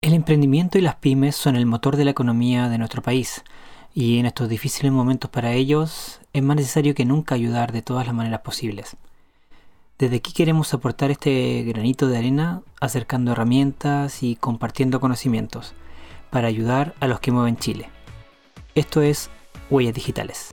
El emprendimiento y las pymes son el motor de la economía de nuestro país y en estos difíciles momentos para ellos es más necesario que nunca ayudar de todas las maneras posibles. Desde aquí queremos aportar este granito de arena acercando herramientas y compartiendo conocimientos para ayudar a los que mueven Chile. Esto es Huellas Digitales.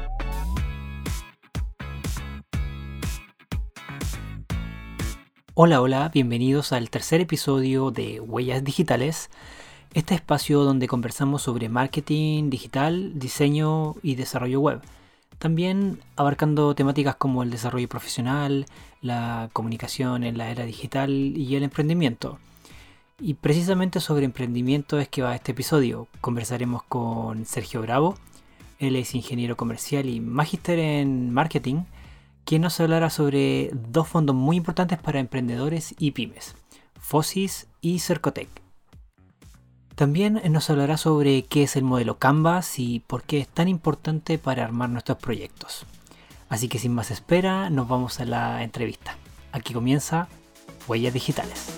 Hola, bienvenidos al tercer episodio de Huellas Digitales, este espacio donde conversamos sobre marketing digital, diseño y desarrollo web. También abarcando temáticas como el desarrollo profesional, la comunicación en la era digital y el emprendimiento. Y precisamente sobre emprendimiento es que va este episodio. Conversaremos con Sergio Bravo, él es ingeniero comercial y magíster en marketing, quien nos hablará sobre dos fondos muy importantes para emprendedores y pymes, FOSIS y Cercotec. También nos hablará sobre qué es el modelo Canvas y por qué es tan importante para armar nuestros proyectos. Así que sin más espera, nos vamos a la entrevista. Aquí comienza Huellas Digitales.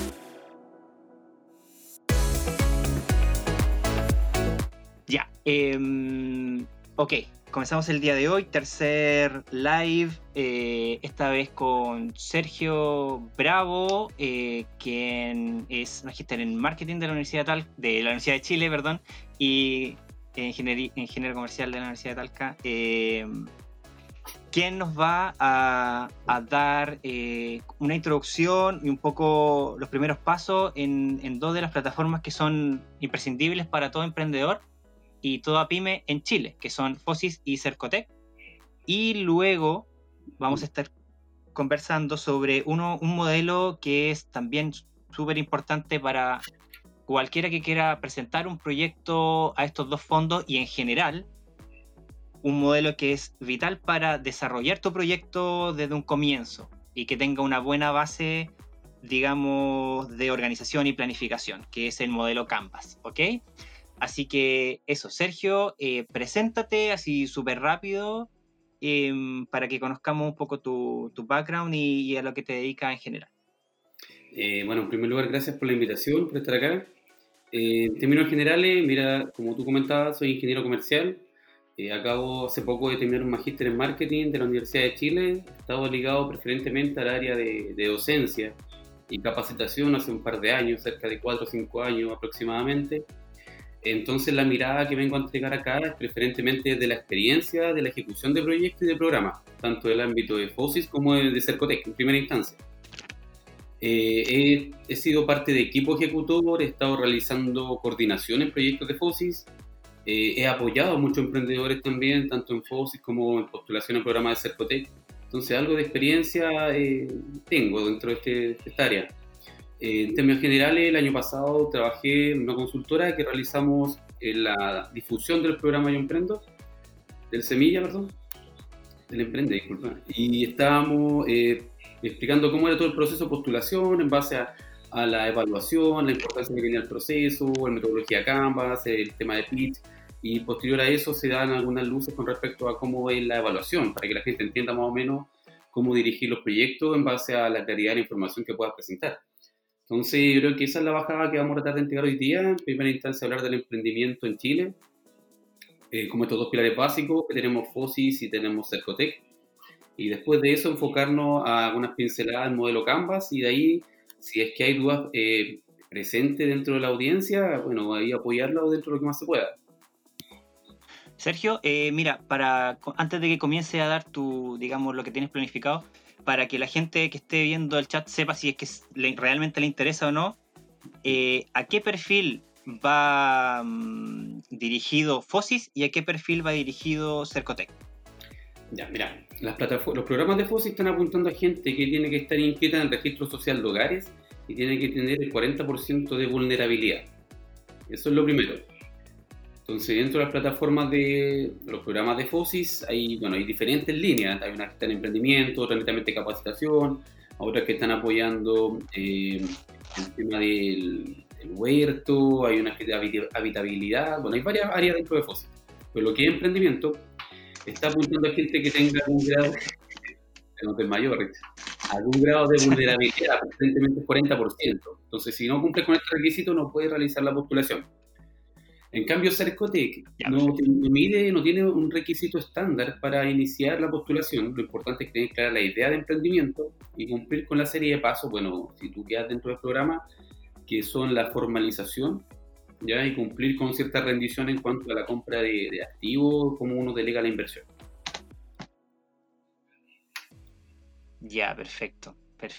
Ok, comenzamos el día de hoy, tercer live, esta vez con Sergio Bravo, quien es magíster en marketing de la Universidad de Chile, y ingeniero comercial de la Universidad de Talca, quien nos va a dar una introducción y un poco los primeros pasos en dos de las plataformas que son imprescindibles para todo emprendedor y toda pyme en Chile, que son FOSIS y Cercotec. Y luego vamos a estar conversando sobre un modelo que es también súper importante para cualquiera que quiera presentar un proyecto a estos dos fondos y en general un modelo que es vital para desarrollar tu proyecto desde un comienzo y que tenga una buena base, digamos, de organización y planificación, que es el modelo Canvas, ¿ok? Así que eso, Sergio, preséntate así súper rápido para que conozcamos un poco tu background y a lo que te dedicas en general. Bueno, en primer lugar, gracias por la invitación, por estar acá. En términos generales, mira, como tú comentabas, soy ingeniero comercial. Acabo hace poco de terminar un magíster en marketing de la Universidad de Chile. He estado ligado preferentemente al área de docencia y capacitación hace un par de años, cerca de 4 o 5 años aproximadamente. Entonces la mirada que vengo a entregar acá es preferentemente de la experiencia, de la ejecución de proyectos y de programas, tanto del ámbito de FOSIS como de Cercotec en primera instancia. He sido parte de equipo ejecutor, he estado realizando coordinación en proyectos de FOSIS, he apoyado a muchos emprendedores también, tanto en FOSIS como en postulación a programas de Cercotec. Entonces algo de experiencia tengo dentro de esta área. En términos generales, el año pasado trabajé en una consultora que realizamos la difusión del programa Yo Emprendo, del Emprende, disculpa. Y estábamos explicando cómo era todo el proceso de postulación en base a la evaluación, la importancia que tenía el proceso, la metodología Canvas, el tema de pitch, y posterior a eso se dan algunas luces con respecto a cómo es la evaluación, para que la gente entienda más o menos cómo dirigir los proyectos en base a la claridad de la información que puedas presentar. Entonces, yo creo que esa es la bajada que vamos a tratar de entregar hoy día. En primera instancia, hablar del emprendimiento en Chile, como estos dos pilares básicos, que tenemos FOSIS y tenemos Cercotec. Y después de eso, enfocarnos a algunas pinceladas del modelo Canvas, y de ahí, si es que hay dudas presentes dentro de la audiencia, bueno, ahí apoyarlo dentro de lo que más se pueda. Sergio, mira, antes de que comience a dar digamos, lo que tienes planificado, para que la gente que esté viendo el chat sepa si es que realmente le interesa o no, ¿a qué perfil va dirigido FOSIS y a qué perfil va dirigido Cercotec? Ya, mira, los programas de FOSIS están apuntando a gente que tiene que estar inscrita en el registro social de hogares y tiene que tener el 40% de vulnerabilidad. Eso es lo primero. Entonces, dentro de las plataformas de los programas de FOSIS hay diferentes líneas. Hay unas que están en emprendimiento, otras netamente capacitación, otras que están apoyando el tema del huerto, hay unas que de habitabilidad. Bueno, hay varias áreas dentro de FOSIS. Pero lo que es emprendimiento está apuntando a gente que tenga algún grado, algún grado de vulnerabilidad, preferentemente 40%. Entonces, si no cumples con este requisito, no puedes realizar la postulación. En cambio, Cercotec no tiene un requisito estándar para iniciar la postulación. Lo importante es tener clara la idea de emprendimiento y cumplir con la serie de pasos. Bueno, si tú quedas dentro del programa, que son la formalización, ¿ya? Y cumplir con cierta rendición en cuanto a la compra de activos, cómo uno delega la inversión. Ya, perfecto.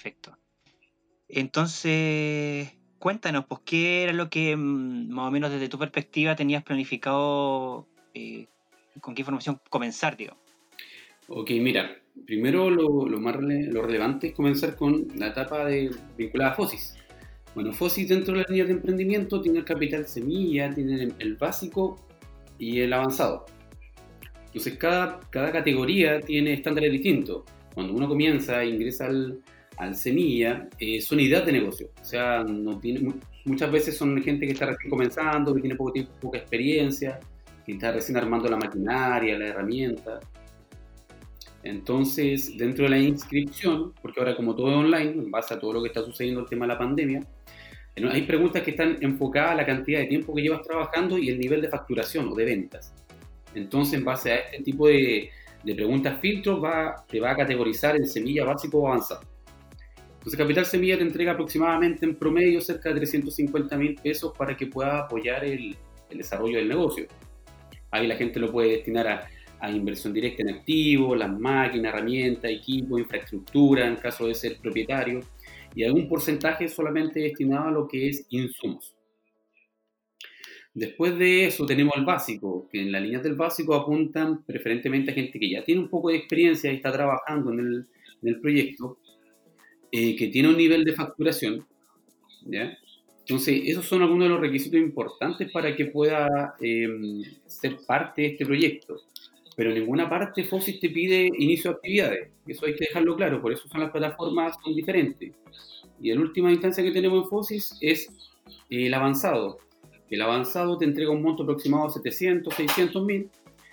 Entonces, cuéntanos, pues, ¿qué era lo que más o menos desde tu perspectiva tenías planificado, con qué información comenzar, digamos? Ok, mira, primero lo relevante es comenzar con la etapa vinculada a FOSIS. Bueno, FOSIS dentro de las líneas de emprendimiento tiene el capital semilla, tiene el básico y el avanzado. Entonces cada categoría tiene estándares distintos. Cuando uno comienza e ingresa al semilla, son ideas de negocio. O sea, muchas veces son gente que está recién comenzando, que tiene poco tiempo, poca experiencia, que está recién armando la maquinaria, la herramienta. Entonces, dentro de la inscripción, porque ahora como todo es online, en base a todo lo que está sucediendo el tema de la pandemia, hay preguntas que están enfocadas a la cantidad de tiempo que llevas trabajando y el nivel de facturación o de ventas. Entonces, en base a este tipo de preguntas filtros, te va a categorizar en semilla, básico o avanzado. Entonces, Capital Semilla te entrega aproximadamente en promedio cerca de 350.000 pesos para que pueda apoyar el desarrollo del negocio. Ahí la gente lo puede destinar a inversión directa en activos, las máquinas, herramientas, equipos, infraestructura, en caso de ser propietario, y algún porcentaje solamente destinado a lo que es insumos. Después de eso tenemos el básico, que en las líneas del básico apuntan preferentemente a gente que ya tiene un poco de experiencia y está trabajando en el proyecto, que tiene un nivel de facturación, ¿ya? Entonces, esos son algunos de los requisitos importantes para que pueda ser parte de este proyecto. Pero en ninguna parte FOSIS te pide inicio de actividades. Eso hay que dejarlo claro, por eso son las plataformas son diferentes. Y la última instancia que tenemos en FOSIS es el avanzado. El avanzado te entrega un monto aproximado de 700, 600 mil.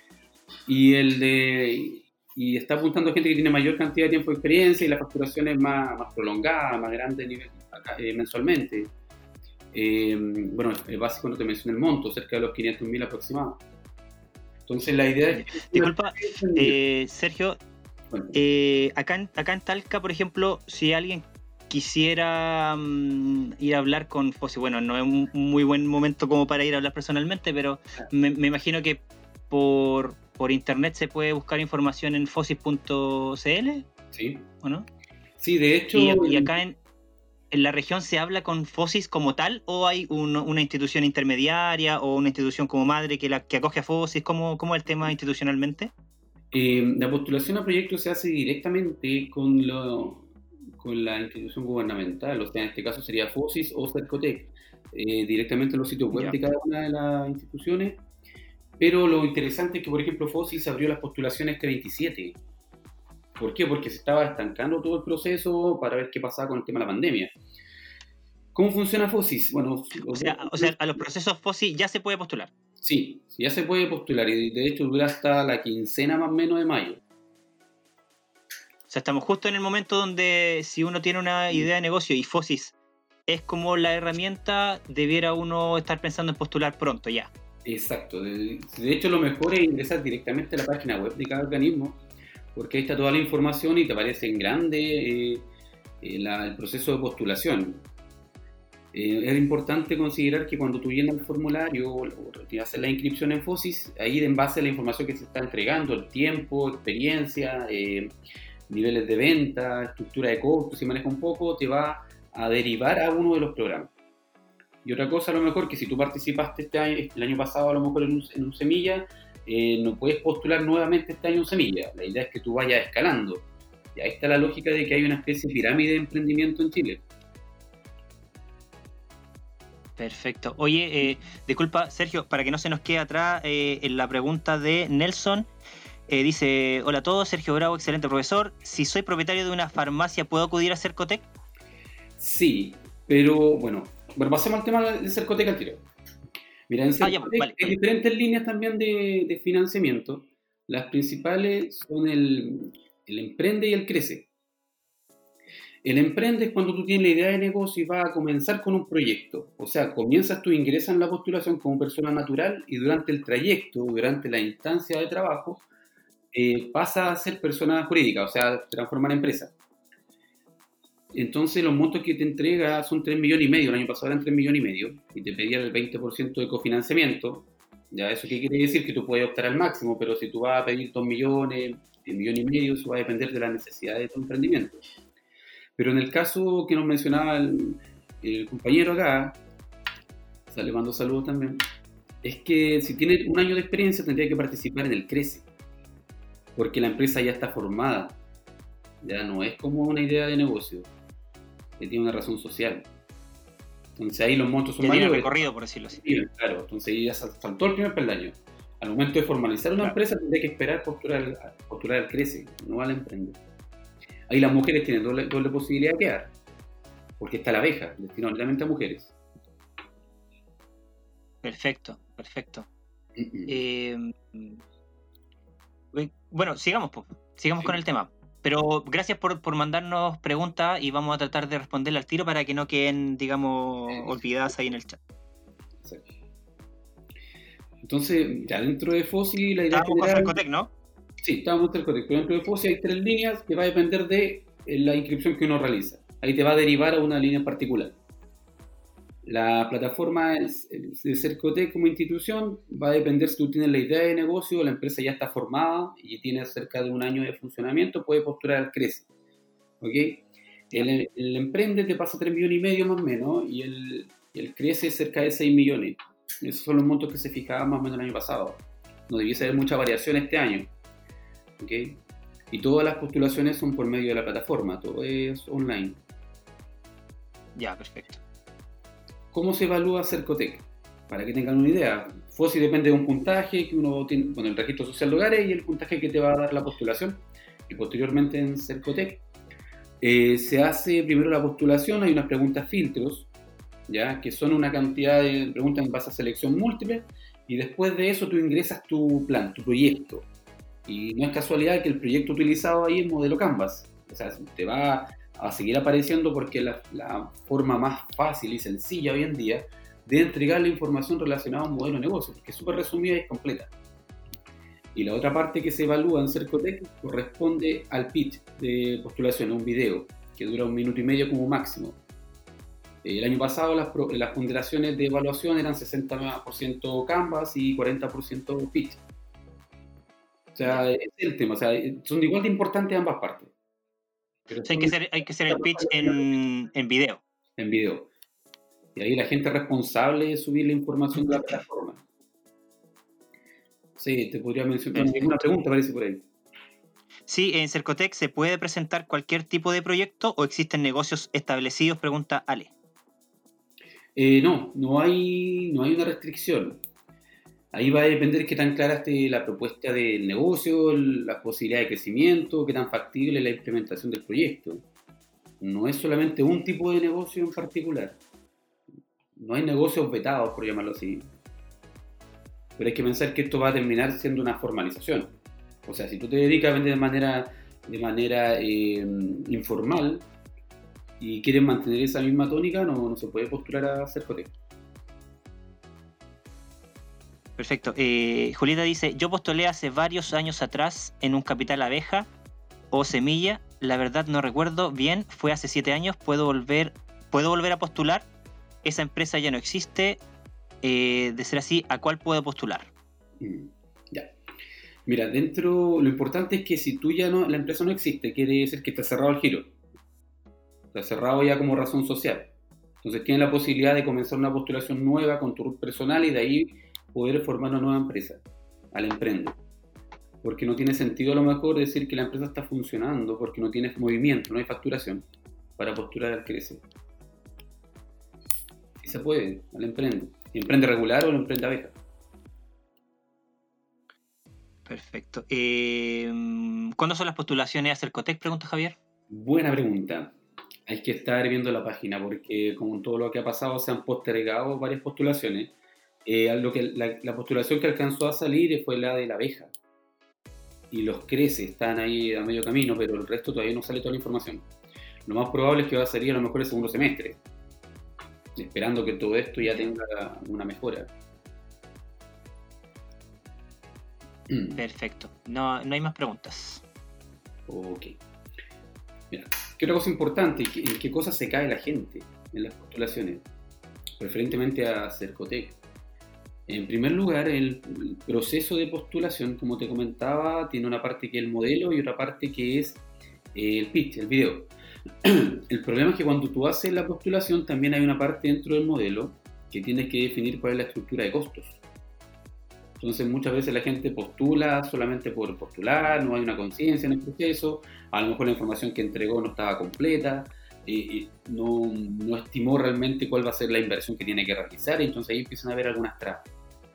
Y está apuntando a gente que tiene mayor cantidad de tiempo de experiencia y la facturación es más prolongada, más grande mensualmente. Bueno, el básico no te menciona el monto, cerca de los 500.000 aproximados. Entonces la idea es... Disculpa, Sergio, bueno. Acá en Talca, por ejemplo, si alguien quisiera ir a hablar con FOSIS, bueno, no es un muy buen momento como para ir a hablar personalmente, pero me imagino que por internet se puede buscar información en fosis.cl, ¿sí? ¿O no? Sí, de hecho... ¿Y acá en la región se habla con FOSIS como tal o hay una institución intermediaria o una institución como madre que acoge a FOSIS? ¿Cómo es el tema institucionalmente? La postulación a proyectos se hace directamente con la institución gubernamental, o sea, en este caso sería FOSIS o Cercotec, directamente en los sitios web de cada una de las instituciones. Pero lo interesante es que, por ejemplo, FOSIS abrió las postulaciones este 27. ¿Por qué? Porque se estaba estancando todo el proceso para ver qué pasaba con el tema de la pandemia. ¿Cómo funciona FOSIS? Bueno, o sea, a los procesos FOSIS ya se puede postular. Sí, ya se puede postular y de hecho dura hasta la quincena más o menos de mayo. O sea, estamos justo en el momento donde si uno tiene una idea de negocio y FOSIS es como la herramienta, debiera uno estar pensando en postular pronto ya. Exacto. De hecho, lo mejor es ingresar directamente a la página web de cada organismo, porque ahí está toda la información y te aparece en grande el proceso de postulación. Es importante considerar que cuando tú llenas el formulario o te haces la inscripción en FOSIS, ahí en base a la información que se está entregando, el tiempo, experiencia, niveles de venta, estructura de costos, si maneja un poco, te va a derivar a uno de los programas. Y otra cosa, a lo mejor, que si tú participaste el año pasado, a lo mejor en un semilla, no puedes postular nuevamente este año en semilla. La idea es que tú vayas escalando. Y ahí está la lógica de que hay una especie de pirámide de emprendimiento en Chile. Perfecto. Oye, disculpa, Sergio, para que no se nos quede atrás, en la pregunta de Nelson, dice: hola a todos, Sergio Bravo, excelente profesor. Si soy propietario de una farmacia, ¿puedo acudir a Cercotec? Sí, pero bueno, pasemos al tema de Cercotec al tiro. Mira, en Cercotec vale. Hay diferentes líneas también de financiamiento. Las principales son el Emprende y el Crece. El emprende es cuando tú tienes la idea de negocio y vas a comenzar con un proyecto. O sea, comienzas tú, ingresas en la postulación como persona natural y durante el trayecto, durante la instancia de trabajo, pasa a ser persona jurídica, o sea, transformar en empresa. Entonces los montos que te entrega son 3,5 millones, el año pasado eran 3,5 millones, y te pedían el 20% de cofinanciamiento. ¿Ya? ¿Eso qué quiere decir? Que tú puedes optar al máximo, pero si tú vas a pedir 2 millones, 1,5 millones, eso va a depender de la necesidad de tu emprendimiento. Pero en el caso que nos mencionaba el compañero acá, le mando saludos también, es que si tiene un año de experiencia tendría que participar en el Crece, porque la empresa ya está formada, ya no es como una idea de negocio, que tiene una razón social. Entonces ahí los montos son ya mayores. Tiene recorrido, por decirlo así. Claro, entonces ahí ya saltó el primer peldaño. Al momento de formalizar una empresa tendría que esperar postular al Crece, no al Emprende. Ahí las mujeres tienen doble posibilidad de quedar, porque está la abeja, destinado netamente a mujeres. Perfecto. Bueno, sigamos con el tema. Pero gracias por mandarnos preguntas y vamos a tratar de responderle al tiro para que no queden, digamos, olvidadas ahí en el chat. Exacto. Entonces, ya dentro de FOSI la idea Estábamos con Cercotec, ¿no? Sí, estábamos en Cercotec, pero dentro de FOSI hay 3 líneas que va a depender de la inscripción que uno realiza. Ahí te va a derivar a una línea en particular. La plataforma de Cercotec como institución va a depender si tú tienes la idea de negocio, la empresa ya está formada y tiene cerca de un año de funcionamiento, puede postular al Crece. ¿Okay? El Emprende te pasa 3,5 millones más o menos y el Crece cerca de 6 millones. Esos son los montos que se fijaban más o menos el año pasado. No debiese haber mucha variación este año. ¿Okay? Y todas las postulaciones son por medio de la plataforma, todo es online. Ya, perfecto. ¿Cómo se evalúa Cercotec? Para que tengan una idea, FOSI depende de un puntaje que uno tiene, bueno, el registro social de hogares y el puntaje que te va a dar la postulación. Y posteriormente en Cercotec se hace primero la postulación, hay unas preguntas filtros, ¿ya? Que son una cantidad de preguntas en base a selección múltiple, y después de eso tú ingresas tu plan, tu proyecto. Y no es casualidad que el proyecto utilizado ahí es modelo Canvas. O sea, te va a seguir apareciendo porque es la forma más fácil y sencilla hoy en día de entregar la información relacionada a un modelo de negocio, porque es súper resumida y es completa. Y la otra parte que se evalúa en Cercotec corresponde al pitch de postulación, un video que dura 1,5 minutos como máximo. El año pasado las ponderaciones de evaluación eran 60% Canvas y 40% pitch. O sea, ese es el tema, o sea, son igual de importantes ambas partes. Pero hay que hacer el pitch en video. En video. Y ahí la gente responsable de subir la información de la plataforma. Sí, te podría mencionar. Una pregunta parece por ahí. Sí, en Cercotec se puede presentar cualquier tipo de proyecto o existen negocios establecidos, pregunta Ale. No hay una restricción. Ahí va a depender qué tan clara esté la propuesta del negocio, la posibilidad de crecimiento, qué tan factible es la implementación del proyecto. No es solamente un tipo de negocio en particular. No hay negocios vetados, por llamarlo así. Pero hay que pensar que esto va a terminar siendo una formalización. O sea, si tú te dedicas a vender de manera informal y quieres mantener esa misma tónica, no se puede postular a Cercotec. Perfecto. Julieta dice, yo postulé hace varios años atrás en un capital abeja o semilla. La verdad no recuerdo bien, fue hace 7 años. ¿Puedo volver a postular? Esa empresa ya no existe. De ser así, ¿a cuál puedo postular? Ya. Mira, lo importante es que si la empresa no existe, quiere decir que está cerrado el giro. Está cerrado ya como razón social. Entonces tienes la posibilidad de comenzar una postulación nueva con tu RUT personal y de ahí poder formar una nueva empresa, al Emprende. Porque no tiene sentido a lo mejor decir que la empresa está funcionando porque no tienes movimiento, no hay facturación para postular al Crece. Y se puede, al Emprende. ¿Emprende regular o el Emprende abeja? Perfecto. ¿Cuándo son las postulaciones a Cercotec? Pregunta Javier. Buena pregunta. Hay que estar viendo la página porque con todo lo que ha pasado se han postergado varias postulaciones. La postulación que alcanzó a salir fue la de la abeja. Y los Crece están ahí a medio camino, pero el resto todavía no sale toda la información. lo más probable es que va a salir a lo mejor el segundo semestre, esperando que todo esto ya tenga una mejora. Perfecto. No hay más preguntas. Ok. Mira, ¿qué otra cosa importante? ¿En qué cosas se cae la gente en las postulaciones? Preferentemente a Cercotec. En primer lugar, el proceso de postulación, como te comentaba, tiene una parte que es el modelo y otra parte que es el pitch, el video. El problema es que cuando tú haces la postulación también hay una parte dentro del modelo que tienes que definir cuál es la estructura de costos. Entonces muchas veces la gente postula solamente por postular, no hay una conciencia en el proceso, a lo mejor la información que entregó no estaba completa, no estimó realmente cuál va a ser la inversión que tiene que realizar, y entonces ahí empiezan a haber algunas trabas.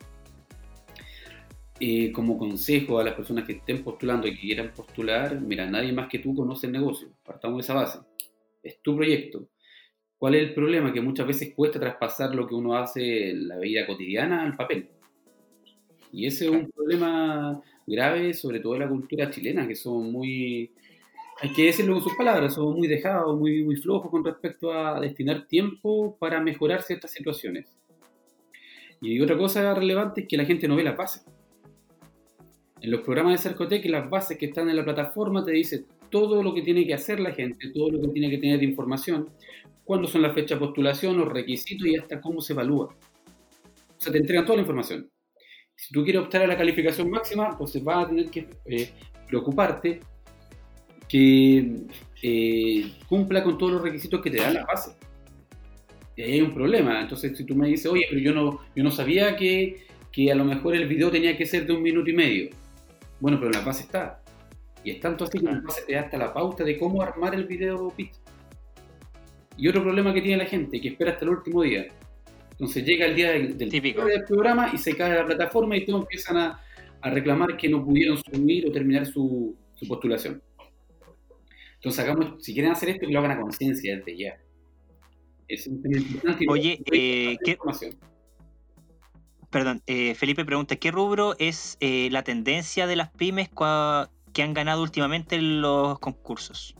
Como consejo a las personas que estén postulando y que quieran postular, mira, nadie más que tú conoce el negocio, partamos de esa base, es tu proyecto. ¿Cuál es el problema? Que muchas veces cuesta traspasar lo que uno hace en la vida cotidiana al papel. Y ese es un problema grave, sobre todo en la cultura chilena, que son muy, hay que decirlo con sus palabras, somos muy dejados, muy flojos con respecto a destinar tiempo para mejorar ciertas situaciones. Y otra cosa relevante es que la gente no ve las bases. En los programas de Cercotec, las bases que están en la plataforma te dicen todo lo que tiene que hacer la gente, todo lo que tiene que tener de información, cuándo son las fechas de postulación, los requisitos y hasta cómo se evalúa. O sea, te entregan toda la información. Si tú quieres optar a la calificación máxima, pues vas a tener que preocuparte que cumpla con todos los requisitos que te dan la base. Y ahí hay un problema. Entonces, si tú me dices, oye, pero yo no sabía que a lo mejor el video tenía que ser de 1 minuto y medio. Bueno, pero en la base está. Y es tanto así que en la base te da hasta la pauta de cómo armar el video pitch. Y otro problema que tiene la gente, que espera hasta el último día. Entonces llega el día del programa y se cae la plataforma y todos empiezan a reclamar que no pudieron subir o terminar su postulación. Entonces si quieren hacer esto, que lo hagan a conciencia desde ya. Es un tema importante. Oye, Perdón, Felipe pregunta, ¿qué rubro es la tendencia de las pymes que han ganado últimamente los concursos?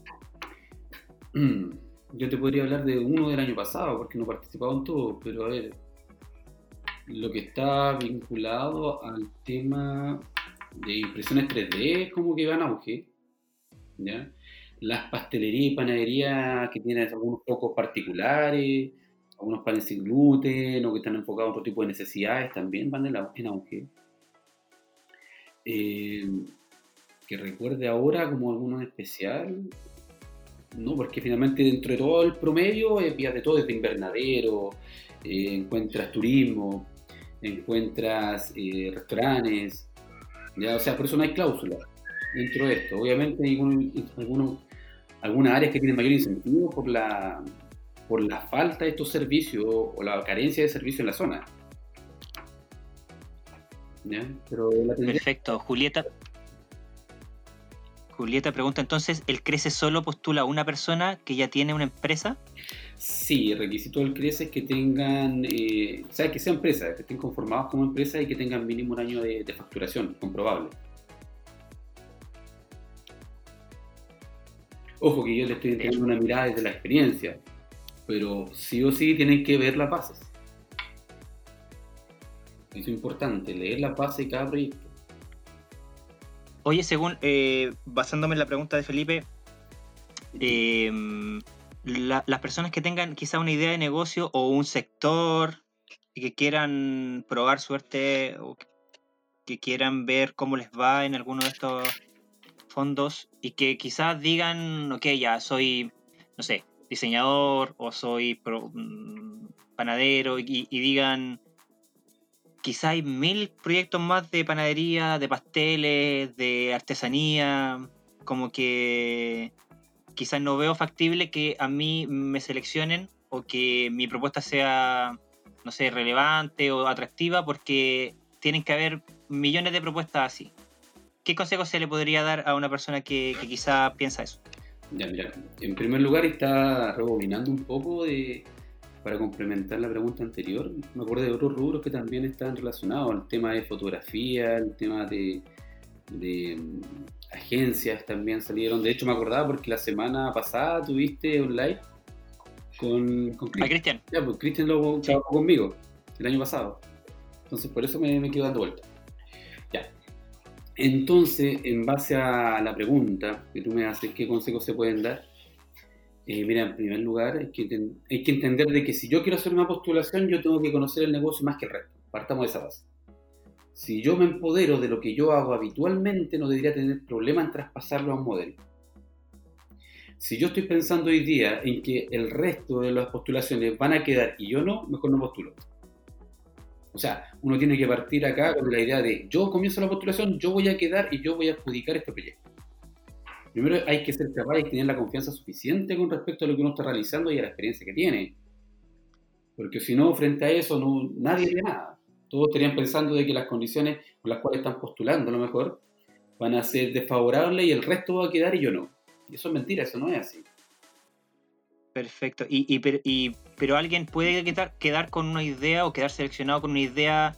Yo te podría hablar de uno del año pasado, porque no he participado en todo, pero a ver, lo que está vinculado al tema de impresiones 3D como que va en auge, ¿ya? Las pastelerías y panaderías que tienen algunos focos particulares, algunos panes sin gluten o que están enfocados en otro tipo de necesidades también van en auge. Que recuerde ahora como alguno en especial, no, porque finalmente dentro de todo el promedio pillas de todo, desde invernadero, encuentras turismo, encuentras restaurantes, ¿ya? O sea, por eso no hay cláusula dentro de esto. Obviamente hay algunas áreas que tienen mayor incentivo por la falta de estos servicios o la carencia de servicios en la zona. ¿Ya? Pero Perfecto. Julieta pregunta entonces, ¿el CRECE solo postula a una persona que ya tiene una empresa? Sí, el requisito del CRECE es que tengan, que sean empresas, que estén conformados como empresas y que tengan mínimo 1 año de facturación comprobable. Ojo que yo le estoy entregando una mirada desde la experiencia, pero sí o sí tienen que ver las bases. Eso es importante, leer las bases de cada proyecto. Oye, según, basándome en la pregunta de Felipe, las personas que tengan quizá una idea de negocio o un sector y que quieran probar suerte o que quieran ver cómo les va en alguno de estos fondos y que quizás digan, ok, ya soy, no sé, diseñador o soy panadero y digan, quizá hay 1000 proyectos más de panadería, de pasteles, de artesanía, como que quizás no veo factible que a mí me seleccionen o que mi propuesta sea, no sé, relevante o atractiva porque tienen que haber millones de propuestas así. ¿Qué consejo se le podría dar a una persona que quizá piensa eso? Ya, mira, en primer lugar está rebobinando un poco para complementar la pregunta anterior. Me acuerdo de otros rubros que también están relacionados, el tema de fotografía, el tema de agencias también salieron. De hecho, me acordaba porque la semana pasada tuviste un live con Cristian. Ya, pues Cristian lo trabajó conmigo el año pasado. Entonces, por eso me quedo dando vuelta. Ya. Entonces, en base a la pregunta que tú me haces, ¿qué consejos se pueden dar? Mira, en primer lugar, hay que entender de que si yo quiero hacer una postulación, yo tengo que conocer el negocio más que el resto. Partamos de esa base. Si yo me empodero de lo que yo hago habitualmente, no debería tener problema en traspasarlo a un modelo. Si yo estoy pensando hoy día en que el resto de las postulaciones van a quedar y yo no, mejor no postulo. O sea, uno tiene que partir acá con la idea de yo comienzo la postulación, yo voy a quedar y yo voy a adjudicar este proyecto. Primero hay que ser capaz de tener la confianza suficiente con respecto a lo que uno está realizando y a la experiencia que tiene. Porque si no, frente a eso, nadie haría nada. Todos estarían pensando de que las condiciones con las cuales están postulando, a lo mejor, van a ser desfavorables y el resto va a quedar y yo no. Y eso es mentira, eso no es así. Perfecto. Pero alguien puede quedar con una idea o quedar seleccionado con una idea,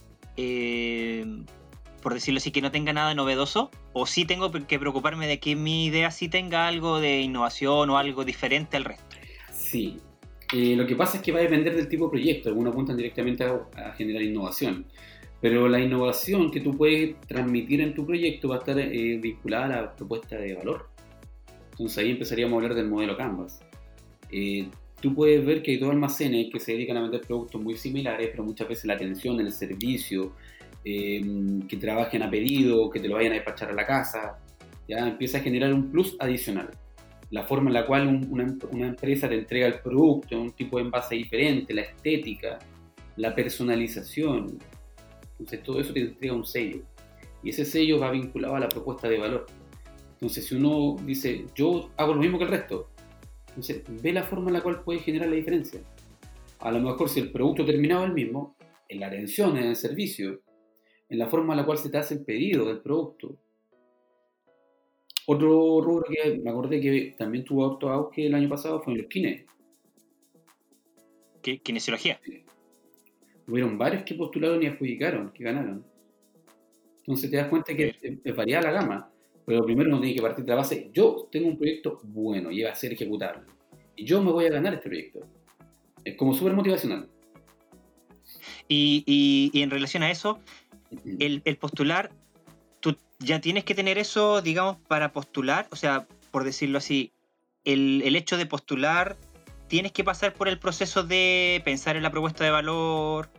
por decirlo así, que no tenga nada novedoso, o sí tengo que preocuparme de que mi idea sí tenga algo de innovación o algo diferente al resto. Sí. Lo que pasa es que va a depender del tipo de proyecto. Algunos apuntan directamente a generar innovación. Pero la innovación que tú puedes transmitir en tu proyecto va a estar vinculada a la propuesta de valor. Entonces ahí empezaríamos a hablar del modelo Canvas. Tú puedes ver que hay dos almacenes que se dedican a vender productos muy similares, pero muchas veces la atención, el servicio, que trabajen a pedido, que te lo vayan a despachar a la casa, ya empieza a generar un plus adicional. La forma en la cual una empresa te entrega el producto, un tipo de envase diferente, la estética, la personalización. Entonces todo eso te entrega un sello. Y ese sello va vinculado a la propuesta de valor. Entonces si uno dice, yo hago lo mismo que el resto, entonces ve la forma en la cual puedes generar la diferencia. A lo mejor si el producto terminado es el mismo, en la atención, en el servicio, en la forma en la cual se te hace el pedido del producto. Otro rubro que me acordé que también tuvo harto auge el año pasado fue en los kines. Kinesiología. Hubieron varios que postularon y adjudicaron, que ganaron. Entonces te das cuenta que es variada la gama. Pero primero uno tiene que partir de la base, yo tengo un proyecto bueno y va a ser ejecutable. Y yo me voy a ganar este proyecto. Es como súper motivacional. Y en relación a eso, el postular, tú ya tienes que tener eso, digamos, para postular. O sea, por decirlo así, el hecho de postular, tienes que pasar por el proceso de pensar en la propuesta de valor,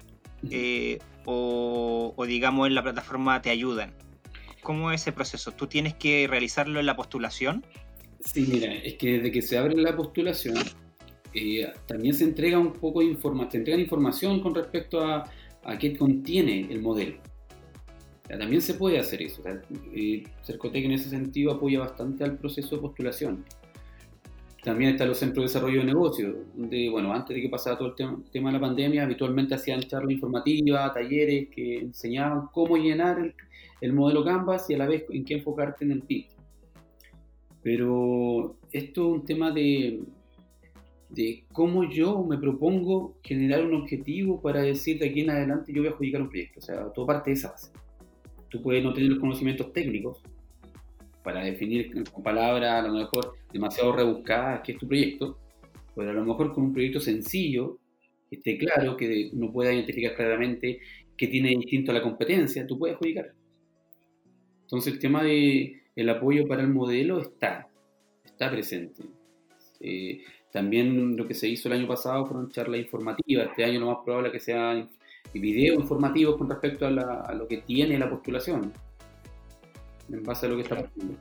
o digamos en la plataforma te ayudan. ¿Cómo es ese proceso? ¿Tú tienes que realizarlo en la postulación? Sí, mira, es que desde que se abre la postulación, también se entrega un poco de información con respecto a qué contiene el modelo. Ya, también se puede hacer eso. Cercotec en ese sentido apoya bastante al proceso de postulación. También están los centros de desarrollo de negocios, donde, bueno, antes de que pasara todo el tema de la pandemia, habitualmente hacían charlas informativas, talleres que enseñaban cómo llenar el modelo Canvas y a la vez en qué enfocarte en el PIT. Pero esto es un tema de cómo yo me propongo generar un objetivo para decir de aquí en adelante yo voy a adjudicar un proyecto. O sea, todo parte de esa base. Tú puedes no tener los conocimientos técnicos para definir con palabras a lo mejor demasiado rebuscadas qué es tu proyecto, pero a lo mejor con un proyecto sencillo, que esté claro, que uno pueda identificar claramente qué tiene distinto a la competencia, tú puedes adjudicar. Entonces el tema del apoyo para el modelo está presente. También lo que se hizo el año pasado fueron charlas informativas. Este año lo más probable es que sean videos informativos con respecto a lo que tiene la postulación, en base a lo que está pasando.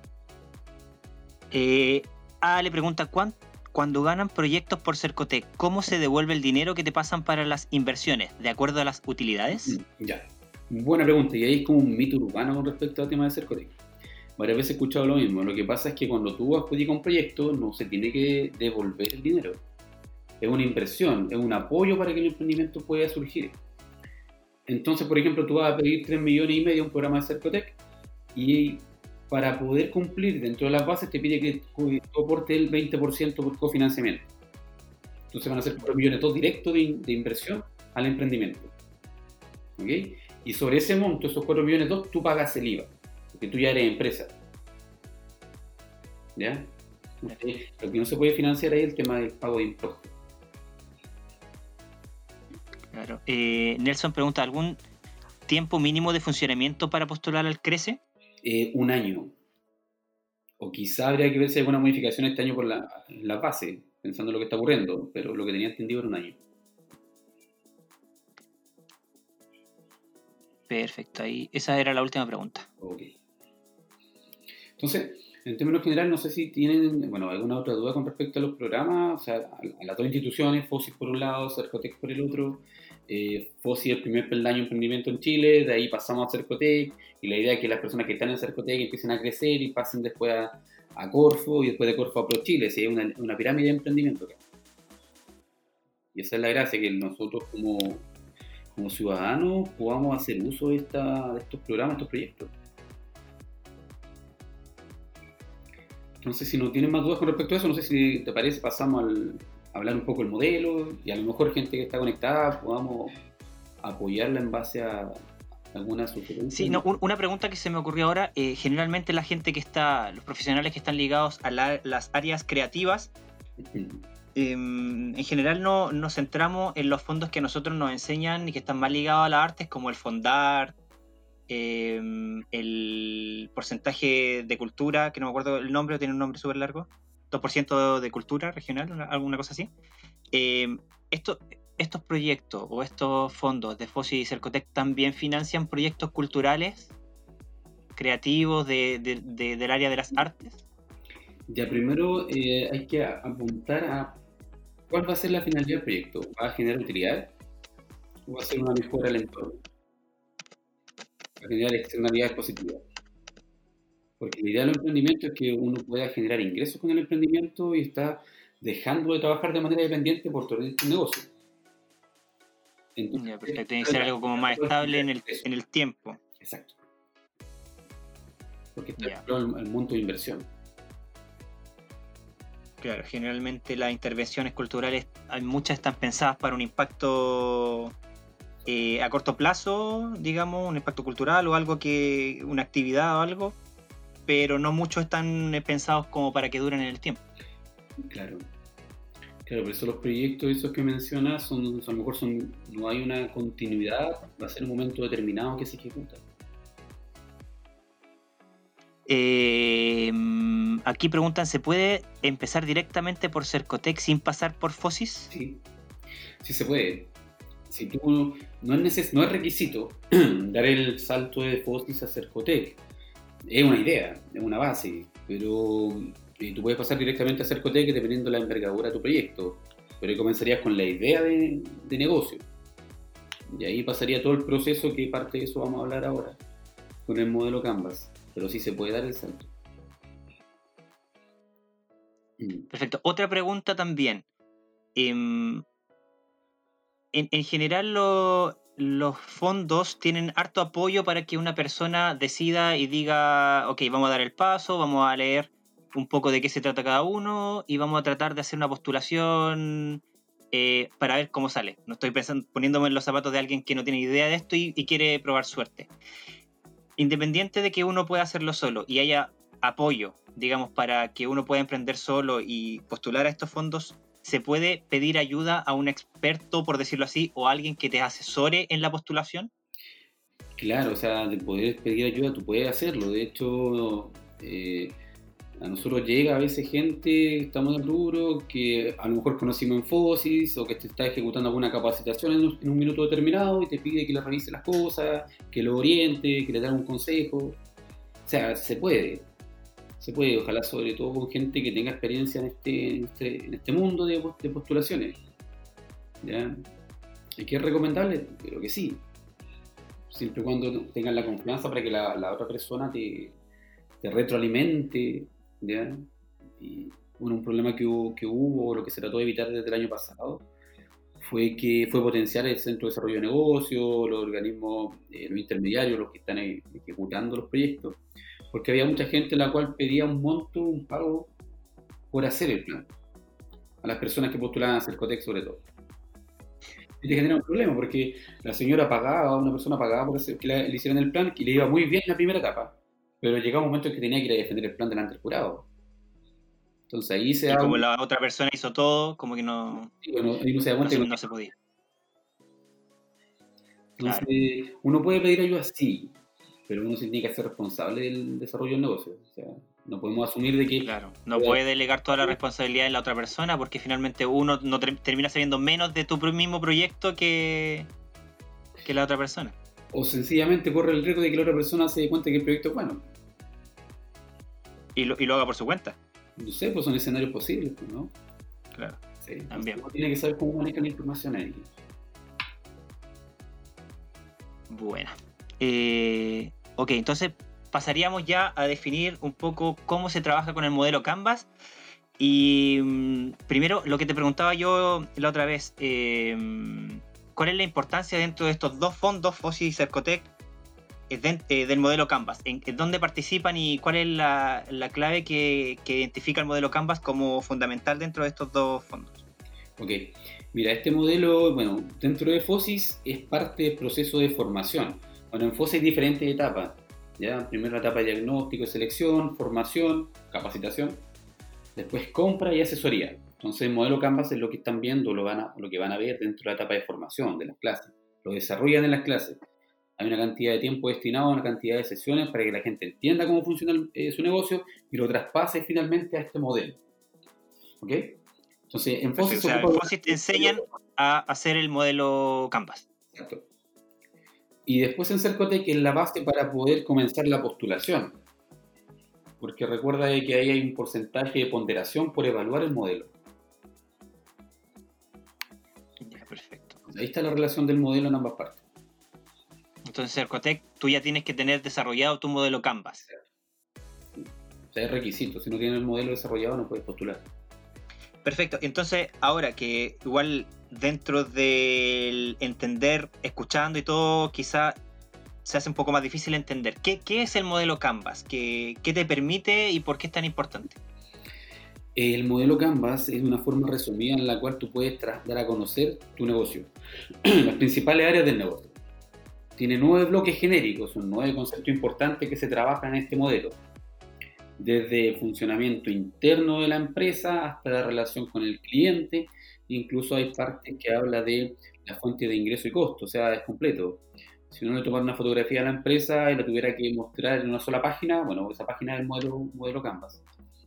Le pregunta, cuando ganan proyectos por Cercotec, ¿cómo se devuelve el dinero que te pasan para las inversiones? ¿De acuerdo a las utilidades? Ya, buena pregunta. Y ahí es como un mito urbano con respecto al tema de Cercotec. Varias veces he escuchado lo mismo. Lo que pasa es que cuando tú adjudicas un proyecto no se tiene que devolver el dinero. Es una inversión, es un apoyo para que el emprendimiento pueda surgir. Entonces, por ejemplo, tú vas a pedir 3,5 millones a un programa de Cercotec y para poder cumplir dentro de las bases te pide que tú aportes el 20% por cofinanciamiento. Entonces van a ser 4 millones todos directos de inversión al emprendimiento. ¿Okay? Y sobre ese monto, esos 4 millones tú pagas el IVA, porque tú ya eres empresa. ¿ya? Lo que no se puede financiar ahí es el tema del pago de impuestos. Claro. Nelson pregunta, ¿algún tiempo mínimo de funcionamiento para postular al CRECE? Un año. O quizá habría que ver si hay alguna modificación este año por la base, pensando en lo que está ocurriendo, pero lo que tenía entendido era un año. Perfecto, ahí esa era la última pregunta. Ok. Entonces, en términos generales, no sé si tienen, bueno, alguna otra duda con respecto a los programas, o sea, a las dos instituciones, FOSIS por un lado, Cercotec por el otro. FOSI es el primer peldaño de emprendimiento en Chile, de ahí pasamos a Cercotec, y la idea es que las personas que están en Cercotec empiecen a crecer y pasen después a Corfo, y después de Corfo a ProChile, si hay una pirámide de emprendimiento acá. Y esa es la gracia, que nosotros como ciudadanos podamos hacer uso de estos programas, estos proyectos. Entonces, si no tienen más dudas con respecto a eso, no sé si te parece, pasamos a hablar un poco del modelo, y a lo mejor gente que está conectada podamos apoyarla en base a alguna sugerencia. Sí, no, una pregunta que se me ocurrió ahora, generalmente la gente que está, los profesionales que están ligados a las áreas creativas, en general no nos centramos en los fondos que a nosotros nos enseñan y que están más ligados a las artes, como el Fondar, el porcentaje de cultura, que no me acuerdo el nombre, tiene un nombre súper largo, 2% de cultura regional, alguna cosa así. Estos proyectos o estos fondos de FOSI y Cercotec también financian proyectos culturales, creativos del área de las artes. Ya, primero hay que apuntar a cuál va a ser la finalidad del proyecto. ¿Va a generar utilidad o va a ser una mejora al entorno? Va a generar externalidades positivas. Porque la idea del emprendimiento es que uno pueda generar ingresos con el emprendimiento y está dejando de trabajar de manera dependiente por todo el negocio. Entonces, perfecto, tiene que ser algo como más estable en el tiempo. Exacto. Porque está el monto de inversión. Claro, generalmente las intervenciones culturales, hay muchas están pensadas para un impacto a corto plazo, digamos, un impacto cultural o algo una actividad o algo, pero no muchos están pensados como para que duren en el tiempo. Claro, por eso los proyectos esos que mencionas a lo mejor no hay una continuidad, va a ser un momento determinado que se ejecuta. Aquí preguntan, ¿se puede empezar directamente por Cercotec sin pasar por FOSIS? Sí se puede. Si tú no es requisito dar el salto de FOSIS a Cercotec. Es una idea, es una base, pero tú puedes pasar directamente a Cercotec dependiendo de la envergadura de tu proyecto, pero ahí comenzarías con la idea de negocio, y ahí pasaría todo el proceso, que parte de eso vamos a hablar ahora, con el modelo Canvas, pero sí se puede dar el salto. Perfecto. Otra pregunta también. En general los fondos tienen harto apoyo para que una persona decida y diga, ok, vamos a dar el paso, vamos a leer un poco de qué se trata cada uno y vamos a tratar de hacer una postulación para ver cómo sale. No estoy poniéndome en los zapatos de alguien que no tiene idea de esto y quiere probar suerte. Independiente de que uno pueda hacerlo solo y haya apoyo, digamos, para que uno pueda emprender solo y postular a estos fondos, ¿se puede pedir ayuda a un experto, por decirlo así, o a alguien que te asesore en la postulación? Claro, o sea, de poder pedir ayuda, tú puedes hacerlo. De hecho, a nosotros llega a veces gente, estamos en el rubro, que a lo mejor conocimos en FOSIS o que te está ejecutando alguna capacitación en un minuto determinado y te pide que le revise las cosas, que lo oriente, que le dé un consejo. O sea, se puede, ojalá sobre todo con gente que tenga experiencia en este mundo de postulaciones. ¿Ya? ¿Y qué es recomendable? Creo que sí. Siempre y cuando tengan la confianza para que la otra persona te retroalimente, ¿ya? Y bueno, un problema que hubo, lo que se trató de evitar desde el año pasado, fue potenciar el Centro de Desarrollo de Negocios, los organismos, los intermediarios, los que están ejecutando los proyectos, porque había mucha gente la cual pedía un pago por hacer el plan, a las personas que postulaban a Cercotec sobre todo. Y te genera un problema, porque la señora una persona pagaba por que le hicieran el plan, que le iba muy bien en la primera etapa, pero llegaba un momento en que tenía que ir a defender el plan delante del jurado. Entonces ahí se Y da como la otra persona hizo todo, como que no, ahí uno se da cuenta que no se podía. entonces, Claro. uno puede pedir ayuda, sí, pero uno sí tiene que ser responsable del desarrollo del negocio. O sea, no podemos asumir de que... Claro, no puede delegar toda la responsabilidad en la otra persona porque finalmente uno no termina sabiendo menos de tu mismo proyecto que la otra persona. O sencillamente corre el riesgo de que la otra persona se dé cuenta que el proyecto es bueno. Y lo haga por su cuenta. No sé, pues son escenarios posibles, pues, ¿no? Claro, Sí, también. uno tiene que saber cómo manejar la información ahí. Bueno. Ok, entonces pasaríamos ya a definir un poco cómo se trabaja con el modelo Canvas. Y primero, lo que te preguntaba yo la otra vez, ¿cuál es la importancia dentro de estos dos fondos, FOSI y Cercotec, del modelo Canvas? ¿En dónde participan y cuál es la clave que identifica el modelo Canvas como fundamental dentro de estos dos fondos? Ok, mira, este modelo, bueno, dentro de FOSIS es parte del proceso de formación. Bueno, en FOSIS hay diferentes etapas, ¿ya? Primero la etapa de diagnóstico y selección, formación, capacitación, después compra y asesoría. Entonces el modelo Canvas es lo que están viendo, lo que van a ver dentro de la etapa de formación de las clases. Lo desarrollan en las clases. Hay una cantidad de tiempo destinado a una cantidad de sesiones para que la gente entienda cómo funciona su negocio y lo traspase finalmente a este modelo. ¿Ok? Entonces, en FOSIS se O sea, en ocupa... FOSI te enseñan a hacer el modelo Canvas. Exacto. Y después en Cercotec es la base para poder comenzar la postulación. Porque recuerda que ahí hay un porcentaje de ponderación por evaluar el modelo. Ya, perfecto. Ahí está la relación del modelo en ambas partes. Entonces, Cercotec, tú ya tienes que tener desarrollado tu modelo Canvas. O sea, es requisito. Si no tienes el modelo desarrollado, no puedes postular. Perfecto. Entonces, ahora que igual dentro del entender, escuchando y todo, quizá se hace un poco más difícil entender. ¿Qué es el modelo Canvas? ¿Qué te permite y por qué es tan importante? El modelo Canvas es una forma resumida en la cual tú puedes dar a conocer tu negocio. Las principales áreas del negocio. Tiene 9 bloques genéricos, son 9 conceptos importantes que se trabajan en este modelo. Desde el funcionamiento interno de la empresa hasta la relación con el cliente, incluso hay partes que habla de la fuente de ingreso y costo, o sea, es completo. Si uno le tomara una fotografía a la empresa y la tuviera que mostrar en una sola página, bueno, esa página es el modelo Canvas.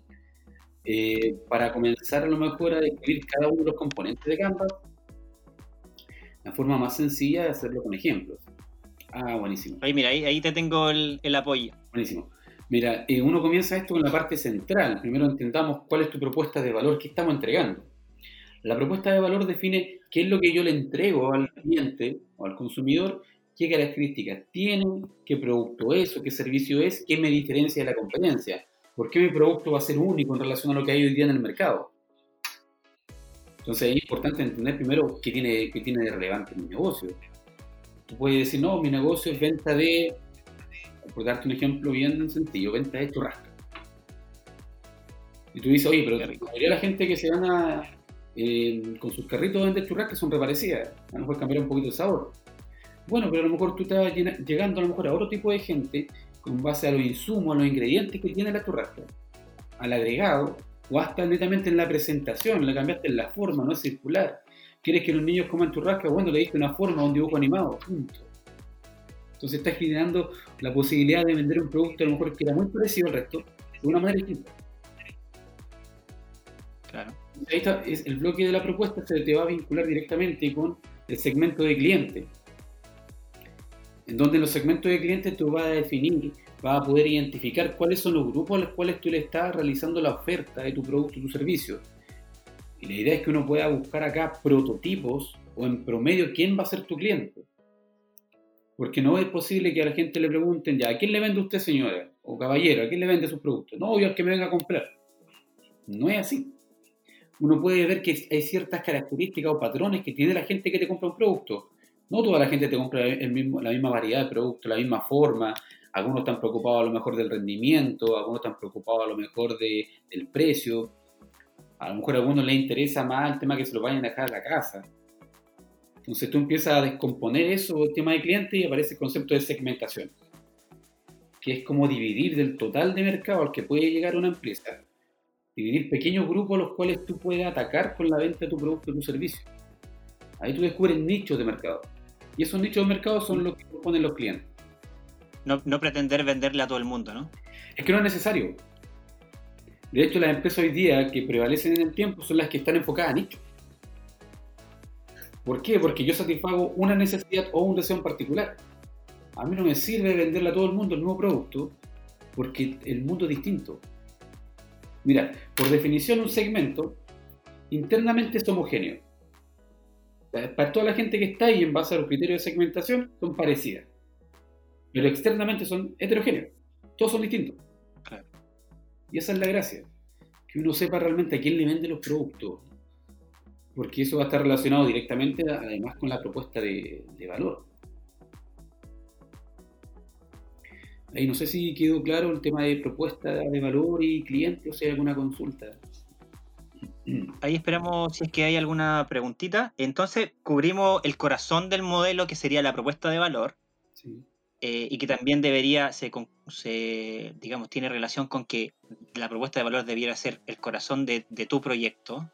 Para comenzar a lo mejor a describir cada uno de los componentes de Canvas, la forma más sencilla es hacerlo con ejemplos. Ah, buenísimo. Ahí, mira, ahí te tengo el apoyo. Buenísimo. Mira, uno comienza esto con la parte central. Primero entendamos cuál es tu propuesta de valor, qué estamos entregando. La propuesta de valor define qué es lo que yo le entrego al cliente o al consumidor, qué características tiene, qué producto es o qué servicio es, qué me diferencia de la competencia, por qué mi producto va a ser único en relación a lo que hay hoy día en el mercado. Entonces es importante entender primero qué tiene de relevante mi negocio. Tú puedes decir, no, mi negocio es venta de, por darte un ejemplo bien sencillo, venta de churrasco. Y tú dices, oye, pero la mayoría de la gente que se gana con sus carritos de vender churrasco son reparecidas. A lo mejor cambiar un poquito el sabor. Bueno, pero a lo mejor tú estás llegando a lo mejor a otro tipo de gente con base a los insumos, a los ingredientes que tiene la churrasca, al agregado, o hasta netamente en la presentación, le cambiaste en la forma, no es circular. ¿Quieres que los niños coman churrasca? Bueno, le diste una forma, un dibujo animado, punto. Entonces estás generando la posibilidad de vender un producto a lo mejor que era muy parecido al resto, de una manera distinta. Claro. Ahí está, el bloque de la propuesta se te va a vincular directamente con el segmento de cliente, en donde en los segmentos de clientes tú vas a definir, vas a poder identificar cuáles son los grupos a los cuales tú le estás realizando la oferta de tu producto o tu servicio. Y la idea es que uno pueda buscar acá prototipos o en promedio quién va a ser tu cliente. Porque no es posible que a la gente le pregunten, ya, ¿a quién le vende usted, señora? O caballero, ¿a quién le vende sus productos? No, yo al que me venga a comprar. No es así. Uno puede ver que hay ciertas características o patrones que tiene la gente que te compra un producto. No toda la gente te compra la misma variedad de productos, la misma forma. Algunos están preocupados a lo mejor del rendimiento, algunos están preocupados a lo mejor del precio. A lo mejor a algunos les interesa más el tema que se lo vayan a dejar a la casa. Entonces tú empiezas a descomponer eso, el tema de cliente, y aparece el concepto de segmentación, que es como dividir del total de mercado al que puede llegar una empresa, Dividir pequeños grupos los cuales tú puedes atacar con la venta de tu producto o tu servicio. Ahí tú descubres nichos de mercado. Y esos nichos de mercado son los que proponen los clientes. No pretender venderle a todo el mundo, ¿no? Es que no es necesario. De hecho, las empresas hoy día que prevalecen en el tiempo son las que están enfocadas a nichos. ¿Por qué? Porque yo satisfago una necesidad o un deseo en particular. A mí no me sirve venderle a todo el mundo el mismo producto porque el mundo es distinto. Mira, por definición un segmento internamente es homogéneo. Para toda la gente que está ahí en base a los criterios de segmentación son parecidas. Pero externamente son heterogéneos. Todos son distintos. Claro. Y esa es la gracia. Que uno sepa realmente a quién le vende los productos. Porque eso va a estar relacionado directamente además con la propuesta de valor. Ahí no sé si quedó claro el tema de propuesta de valor y cliente o si hay alguna consulta. Ahí esperamos si es que hay alguna preguntita. Entonces, cubrimos el corazón del modelo, que sería la propuesta de valor, Sí. y que también debería, digamos, tiene relación con que la propuesta de valor debiera ser el corazón de tu proyecto.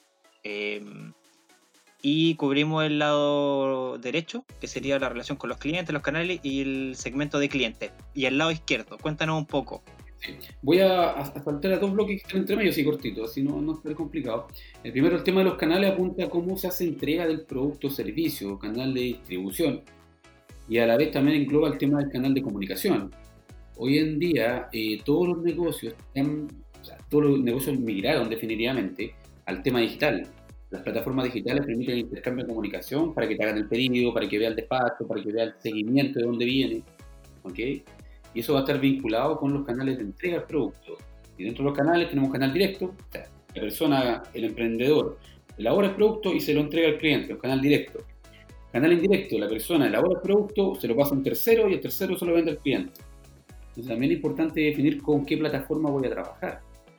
Y cubrimos el lado derecho, que sería la relación con los clientes, los canales y el segmento de clientes. Y el lado izquierdo, cuéntanos un poco. Sí. Voy a saltar a 2 bloques que están entre medio, así cortitos, así no es complicado. El primero, el tema de los canales, apunta a cómo se hace entrega del producto o servicio, canal de distribución, y a la vez también engloba el tema del canal de comunicación. Hoy en día, todos los negocios migraron definitivamente al tema digital. Las plataformas digitales permiten el intercambio de comunicación para que te hagan el pedido, para que vea el despacho, para que vea el seguimiento de dónde viene, ¿ok? Y eso va a estar vinculado con los canales de entrega del producto. Y dentro de los canales tenemos un canal directo, o sea, la persona, el emprendedor, elabora el producto y se lo entrega al cliente, un canal directo. Canal indirecto, la persona elabora el producto, se lo pasa a un tercero y el tercero se lo vende al cliente. Entonces también es importante definir con qué plataforma voy a trabajar.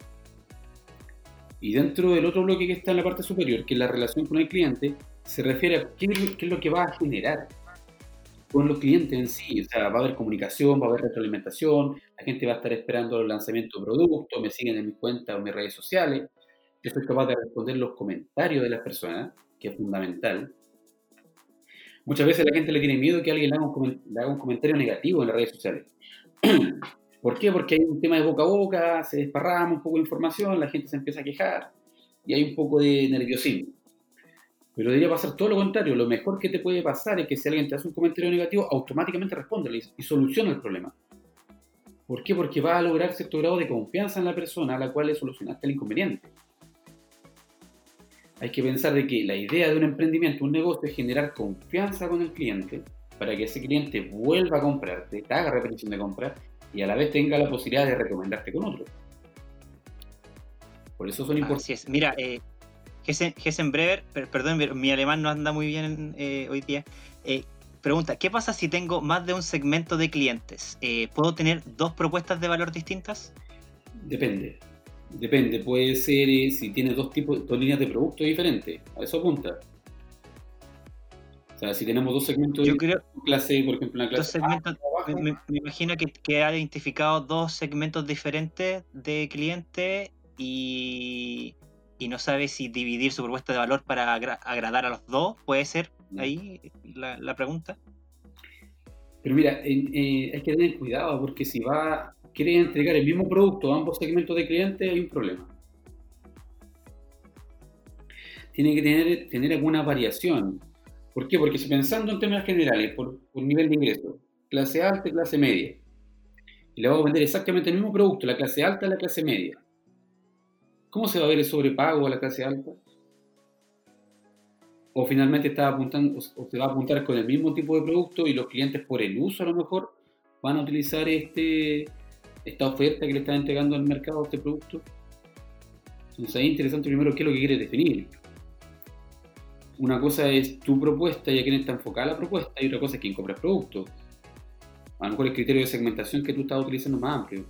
Y dentro del otro bloque que está en la parte superior, que es la relación con el cliente, se refiere a qué es lo que va a generar con los clientes en sí. O sea, va a haber comunicación, va a haber retroalimentación, la gente va a estar esperando los lanzamientos de productos, me siguen en mis cuentas o en mis redes sociales. Yo soy capaz de responder los comentarios de las personas, que es fundamental. Muchas veces la gente le tiene miedo que alguien le haga un comentario negativo en las redes sociales. ¿Por qué? Porque hay un tema de boca a boca, se desparrama un poco de información, la gente se empieza a quejar y hay un poco de nerviosismo. Pero debería pasar todo lo contrario. Lo mejor que te puede pasar es que si alguien te hace un comentario negativo, automáticamente respóndele y soluciona el problema. ¿Por qué? Porque va a lograr cierto grado de confianza en la persona a la cual le solucionaste el inconveniente. Hay que pensar de que la idea de un emprendimiento, un negocio, es generar confianza con el cliente para que ese cliente vuelva a comprarte, te haga repetición de compra y a la vez tenga la posibilidad de recomendarte con otro. Por eso son importantes. Así es. Mira, Hessen Brever, perdón, mi alemán no anda muy bien hoy día, pregunta, ¿qué pasa si tengo más de un segmento de clientes? ¿Puedo tener 2 propuestas de valor distintas? Depende, puede ser si tienes dos líneas de producto diferentes, a eso apunta. O sea, si tenemos 2 segmentos Yo creo, clase, por ejemplo, una clase segmentos, me imagino que ha identificado 2 segmentos diferentes de clientes y no sabe si dividir su propuesta de valor para agradar a los 2, puede ser ahí la pregunta. Pero mira, hay que tener cuidado porque si quiere entregar el mismo producto a ambos segmentos de clientes, hay un problema. Tiene que tener alguna variación. ¿Por qué? Porque si pensando en términos generales, por nivel de ingreso, clase alta y clase media, y le vamos a vender exactamente el mismo producto, la clase alta y la clase media, ¿cómo se va a ver el sobrepago a la clase alta? O finalmente se va a apuntar con el mismo tipo de producto y los clientes por el uso a lo mejor van a utilizar esta oferta que le están entregando al mercado este producto. Entonces es interesante primero qué es lo que quieres definir. Una cosa es tu propuesta y a quién está enfocada la propuesta, y otra cosa es quién compra el producto. A lo mejor el criterio de segmentación que tú estás utilizando es más amplio.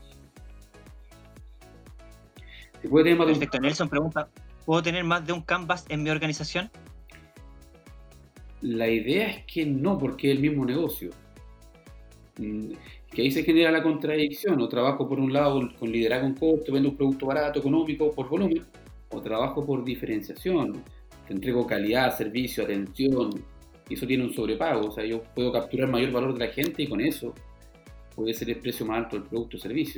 ¿Se puede tener más Perfecto, Nelson pregunta, ¿puedo tener más de un canvas en mi organización? La idea es que no, porque es el mismo negocio. Mm, que ahí se genera la contradicción, o trabajo por un lado con liderazgo en costo, vendo un producto barato, económico, por volumen, o trabajo por diferenciación, te entrego calidad, servicio, atención, y eso tiene un sobrepago, o sea, yo puedo capturar mayor valor de la gente y con eso puede ser el precio más alto del producto o servicio.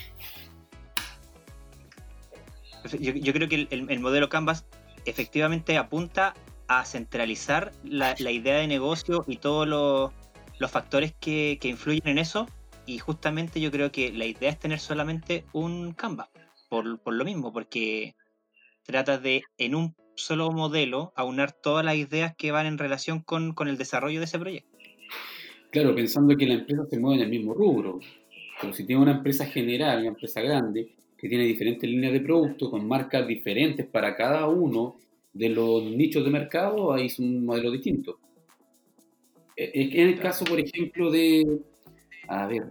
Yo creo que el modelo Canvas efectivamente apunta a centralizar la idea de negocio y todos los factores que influyen en eso, y justamente yo creo que la idea es tener solamente un Canvas, por lo mismo, porque trata de, en un solo modelo, aunar todas las ideas que van en relación con el desarrollo de ese proyecto. Claro, pensando que la empresa se mueve en el mismo rubro, pero si tiene una empresa general, una empresa grande, que tiene diferentes líneas de producto con marcas diferentes para cada uno de los nichos de mercado, ahí es un modelo distinto. En el Claro. caso, por ejemplo, a ver,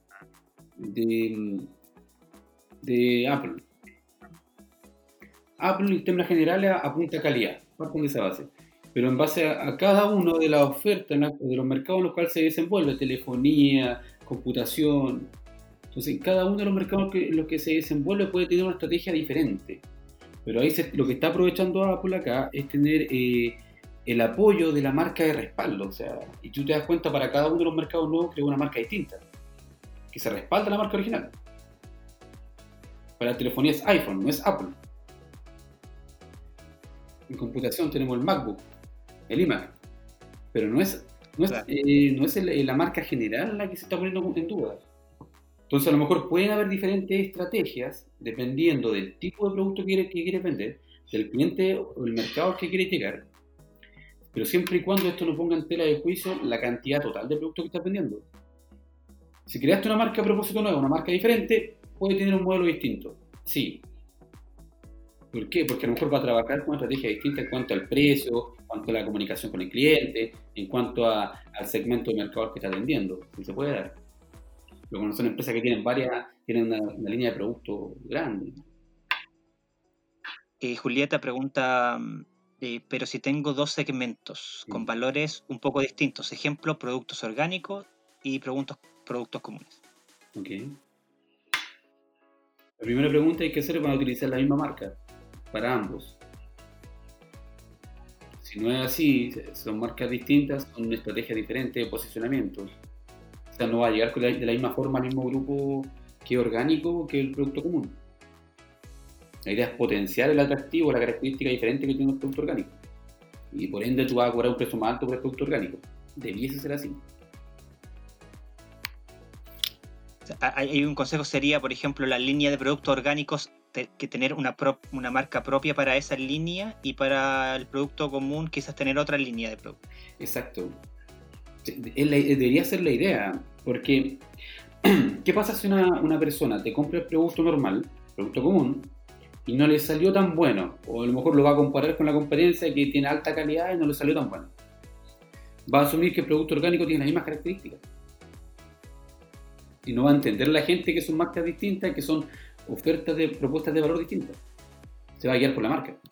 de, de Apple. Apple en términos generales apunta a calidad, parten de esa base. Pero en base a cada uno de las ofertas de los mercados en los cuales se desenvuelve, telefonía, computación. Entonces, cada uno de los mercados en los que se desenvuelve puede tener una estrategia diferente. Pero ahí lo que está aprovechando Apple acá es tener el apoyo de la marca de respaldo. O sea, y tú te das cuenta, para cada uno de los mercados nuevos crea una marca distinta, que se respalda la marca original. Para la telefonía es iPhone, no es Apple. En computación tenemos el MacBook, el iMac, pero no es Claro. la marca general la que se está poniendo en duda. Entonces, a lo mejor pueden haber diferentes estrategias dependiendo del tipo de producto que quieres vender, del cliente o el mercado al que quieres llegar, pero siempre y cuando esto no ponga en tela de juicio la cantidad total de productos que estás vendiendo. Si creaste una marca a propósito nueva, una marca diferente, puede tener un modelo distinto. Sí. ¿Por qué? Porque a lo mejor va a trabajar con una estrategia distinta en cuanto al precio, en cuanto a la comunicación con el cliente, en cuanto al segmento de mercado al que está atendiendo. Si se puede dar. Pero cuando son empresas que tienen una línea de producto grande. Julieta pregunta, pero si tengo dos segmentos con valores un poco distintos, ejemplo, productos orgánicos y productos comunes. Ok. La primera pregunta hay que hacer para utilizar la misma marca para ambos. Si no es así, son marcas distintas, son estrategias diferentes de posicionamiento. O sea, no va a llegar de la misma forma al mismo grupo que orgánico que el producto común. La idea es potenciar el atractivo, la característica diferente que tiene el producto orgánico. Y por ende tú vas a cobrar un precio más alto por el producto orgánico. Debiese ser así. Hay un consejo, sería, por ejemplo, la línea de productos orgánicos, que tener una marca propia para esa línea, y para el producto común quizás tener otra línea de producto. Exacto. Debería ser la idea, porque ¿qué pasa si una persona te compra el producto normal, producto común, y no le salió tan bueno? O a lo mejor lo va a comparar con la competencia que tiene alta calidad y no le salió tan bueno. Va a asumir que el producto orgánico tiene las mismas características. Y no va a entender la gente que son marcas distintas, que son propuestas de valor distintas. Se va a guiar por la marca.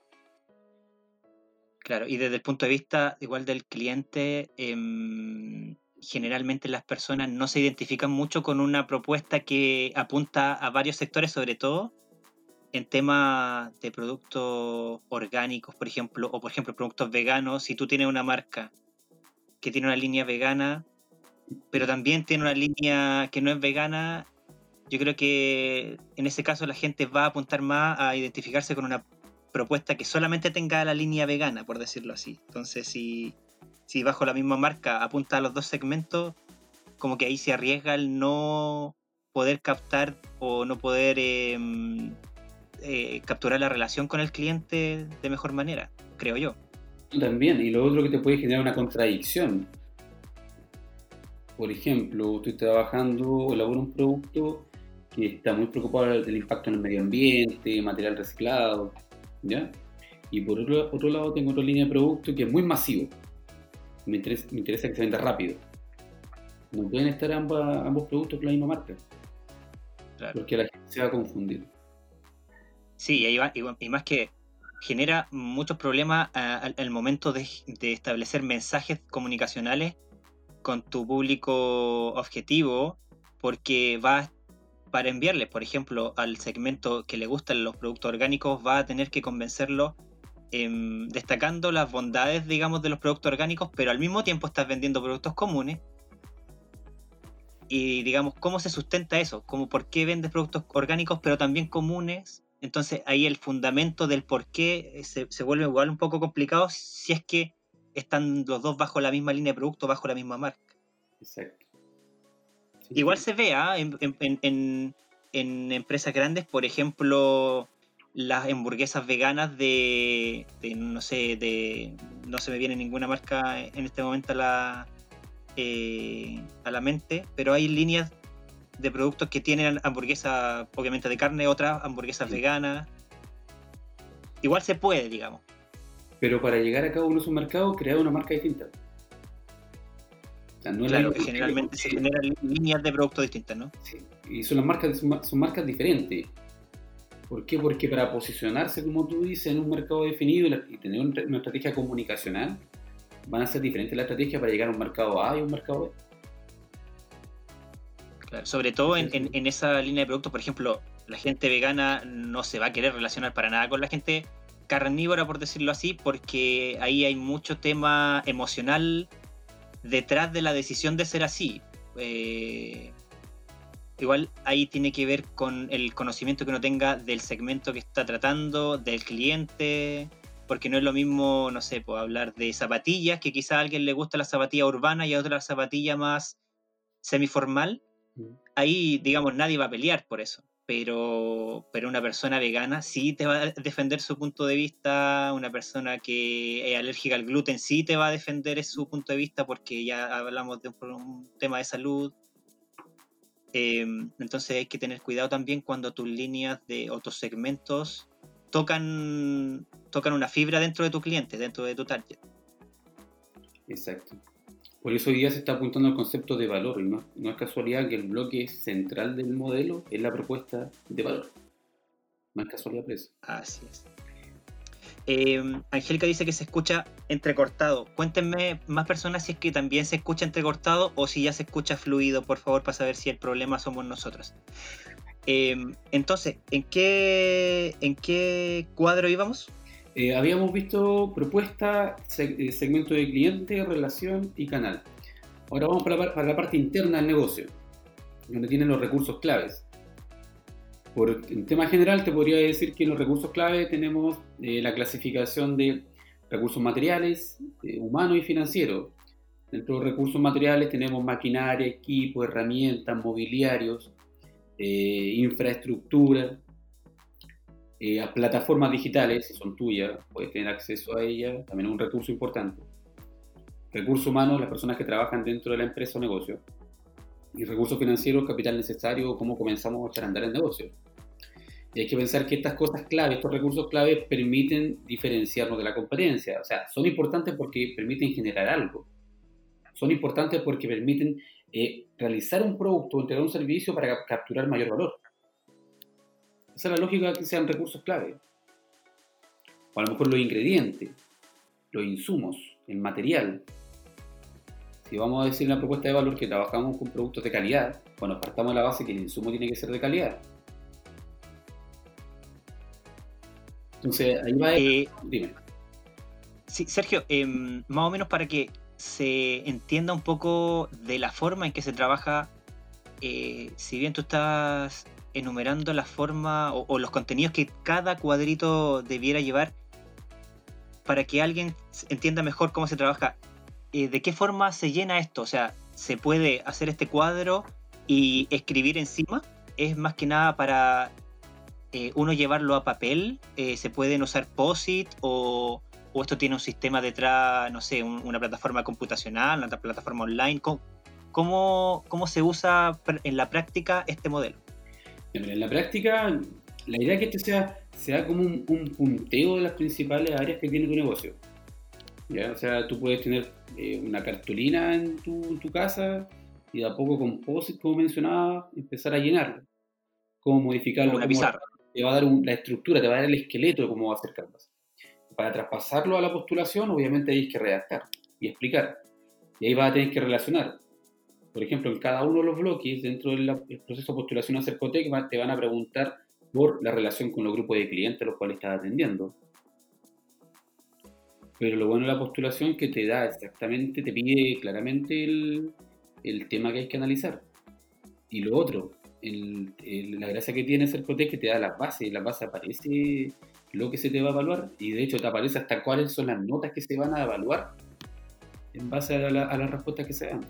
Claro, y desde el punto de vista igual del cliente, generalmente las personas no se identifican mucho con una propuesta que apunta a varios sectores, sobre todo en temas de productos orgánicos, por ejemplo, o por ejemplo productos veganos. Si tú tienes una marca que tiene una línea vegana, pero también tiene una línea que no es vegana, yo creo que en ese caso la gente va a apuntar más a identificarse con una propuesta que solamente tenga la línea vegana, por decirlo así. Entonces, si bajo la misma marca apunta a los dos segmentos, como que ahí se arriesga el no poder captar o no poder capturar la relación con el cliente de mejor manera, creo yo. También, y lo otro que te puede generar una contradicción. Por ejemplo, estoy trabajando o elaboro un producto que está muy preocupado del impacto en el medio ambiente, material reciclado, ¿ya? Y por otro lado tengo otra línea de producto que es muy masivo. Me interesa que se venda rápido. No pueden estar ambos productos con la misma marca, Claro. porque la gente se va a confundir. Sí, y más que genera muchos problemas al momento de establecer mensajes comunicacionales con tu público objetivo, porque vas para enviarles, por ejemplo, al segmento que le gustan los productos orgánicos, va a tener que convencerlo destacando las bondades, digamos, de los productos orgánicos, pero al mismo tiempo estás vendiendo productos comunes. Y digamos, ¿cómo se sustenta eso? Como por qué vendes productos orgánicos pero también comunes. Entonces ahí el fundamento del por qué se vuelve igual un poco complicado si es que están los dos bajo la misma línea de producto, bajo la misma marca. Exacto. Sí, Igual sí. se vea en empresas grandes, por ejemplo, las hamburguesas veganas no sé, no se me viene ninguna marca en este momento a la mente, pero hay líneas de productos que tienen hamburguesas, obviamente de carne, otras hamburguesas Sí. veganas. Igual se puede, digamos. Pero para llegar a cada uno de esos mercados, crear una marca distinta. O sea, no es la Claro, misma que marca que generalmente se generan líneas de productos distintas, ¿no? sí. Y son las marcas, son marcas diferentes. ¿Por qué? Porque para posicionarse, como tú dices, en un mercado definido y tener una estrategia comunicacional, van a ser diferentes las estrategias para llegar a un mercado A y un mercado B. Claro, sobre todo en esa línea de productos, por ejemplo, la gente vegana no se va a querer relacionar para nada con la gente carnívora, por decirlo así, porque ahí hay mucho tema emocional detrás de la decisión de ser así. Igual ahí tiene que ver con el conocimiento que uno tenga del segmento que está tratando, del cliente, porque no es lo mismo, no sé, pues hablar de zapatillas, que quizá a alguien le gusta la zapatilla urbana y a otra la zapatilla más semiformal. Ahí, digamos, nadie va a pelear por eso. Pero una persona vegana sí te va a defender su punto de vista, una persona que es alérgica al gluten sí te va a defender su punto de vista porque ya hablamos de un tema de salud. Entonces hay que tener cuidado también cuando tus líneas o tus segmentos tocan una fibra dentro de tu cliente, dentro de tu target. Exacto. Por eso hoy día se está apuntando al concepto de valor, y no es casualidad que el bloque central del modelo es la propuesta de valor. No es casualidad por eso. Así es. Angélica dice que se escucha entrecortado. Cuéntenme más personas si es que también se escucha entrecortado o si ya se escucha fluido, por favor, para saber si el problema somos nosotros. Entonces, ¿en qué cuadro íbamos? Habíamos visto propuesta, segmento de cliente, relación y canal. Ahora vamos para la parte interna del negocio, donde tienen los recursos claves. En tema general te podría decir que en los recursos clave tenemos la clasificación de recursos materiales, humanos y financieros. Dentro de los recursos materiales tenemos maquinaria, equipo, herramientas, mobiliarios, infraestructura, a plataformas digitales, si son tuyas, puedes tener acceso a ellas, también es un recurso importante. Recursos humanos, las personas que trabajan dentro de la empresa o negocio. Y recursos financieros, capital necesario, cómo comenzamos a echar a andar el negocio. Y hay que pensar que estas cosas clave, estos recursos clave, permiten diferenciarnos de la competencia. O sea, son importantes porque permiten generar algo. Son importantes porque permiten realizar un producto o entregar un servicio para capturar mayor valor. Esa es la lógica de que sean recursos clave. O a lo mejor los ingredientes, los insumos, el material. Si vamos a decir en la propuesta de valor que trabajamos con productos de calidad, bueno, partamos de la base que el insumo tiene que ser de calidad. Entonces, ahí va. Dime. Sí, Sergio, más o menos para que se entienda un poco de la forma en que se trabaja, si bien tú estás enumerando la forma o los contenidos que cada cuadrito debiera llevar, para que alguien entienda mejor cómo se trabaja, ¿de qué forma se llena esto? O sea, ¿se puede hacer este cuadro y escribir encima? ¿Es más que nada para uno llevarlo a papel? ¿Se pueden usar POSIT o esto tiene un sistema detrás, no sé, una plataforma computacional, una plataforma online? ¿Cómo se usa en la práctica este modelo? En la práctica, la idea es que este sea como un punteo de las principales áreas que tiene tu negocio. ¿Ya? O sea, tú puedes tener una cartulina en tu casa y de a poco con POSIT, como mencionaba, empezar a llenarlo. Cómo modificarlo, Como una pizarra. te va a dar la estructura, te va a dar el esqueleto de cómo va a ser Canvas. Para traspasarlo a la postulación, obviamente hay que redactar y explicar. Y ahí vas a tener que relacionar. Por ejemplo, en cada uno de los bloques, dentro del proceso de postulación a Cercotec, te van a preguntar por la relación con los grupos de clientes a los cuales estás atendiendo. Pero lo bueno de la postulación es que te da exactamente, te pide claramente el tema que hay que analizar. Y lo otro, la gracia que tiene Cercotec es que te da las bases, y las bases aparece lo que se te va a evaluar, y de hecho te aparece hasta cuáles son las notas que se van a evaluar en base a las respuestas que se dan.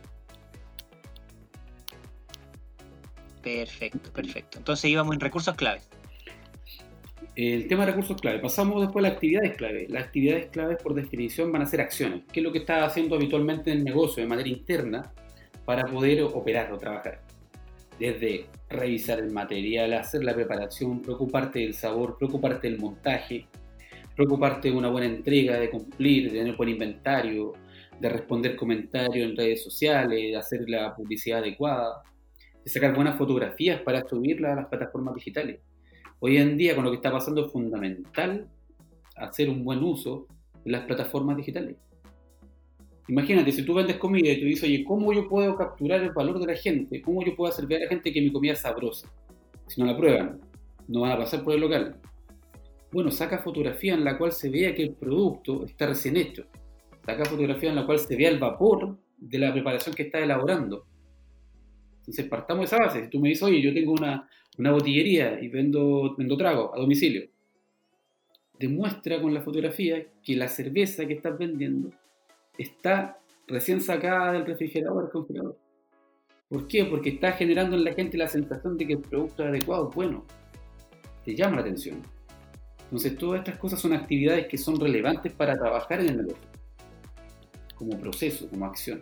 Perfecto. Entonces íbamos en recursos claves. El tema de recursos clave. Pasamos después a las actividades clave. Las actividades claves, por definición, van a ser acciones. ¿Qué es lo que estás haciendo habitualmente en el negocio de manera interna para poder operar o trabajar? Desde revisar el material, hacer la preparación, preocuparte del sabor, preocuparte del montaje, preocuparte de una buena entrega, de cumplir, de tener buen inventario, de responder comentarios en redes sociales, de hacer la publicidad adecuada, de sacar buenas fotografías para subirlas a las plataformas digitales. Hoy en día, con lo que está pasando, es fundamental hacer un buen uso de las plataformas digitales. Imagínate, si tú vendes comida y tú dices, oye, ¿cómo yo puedo capturar el valor de la gente? ¿Cómo yo puedo hacer ver a la gente que mi comida es sabrosa? Si no la prueban, no van a pasar por el local. Bueno, saca fotografía en la cual se vea que el producto está recién hecho. Saca fotografía en la cual se vea el vapor de la preparación que está elaborando. Entonces partamos de esa base. Si tú me dices, oye, yo tengo una botillería y vendo trago a domicilio, demuestra con la fotografía que la cerveza que estás vendiendo está recién sacada del refrigerador, del congelador. ¿Por qué? Porque está generando en la gente la sensación de que el producto es adecuado, bueno, te llama la atención. Entonces todas estas cosas son actividades que son relevantes para trabajar en el negocio, como proceso, como acción.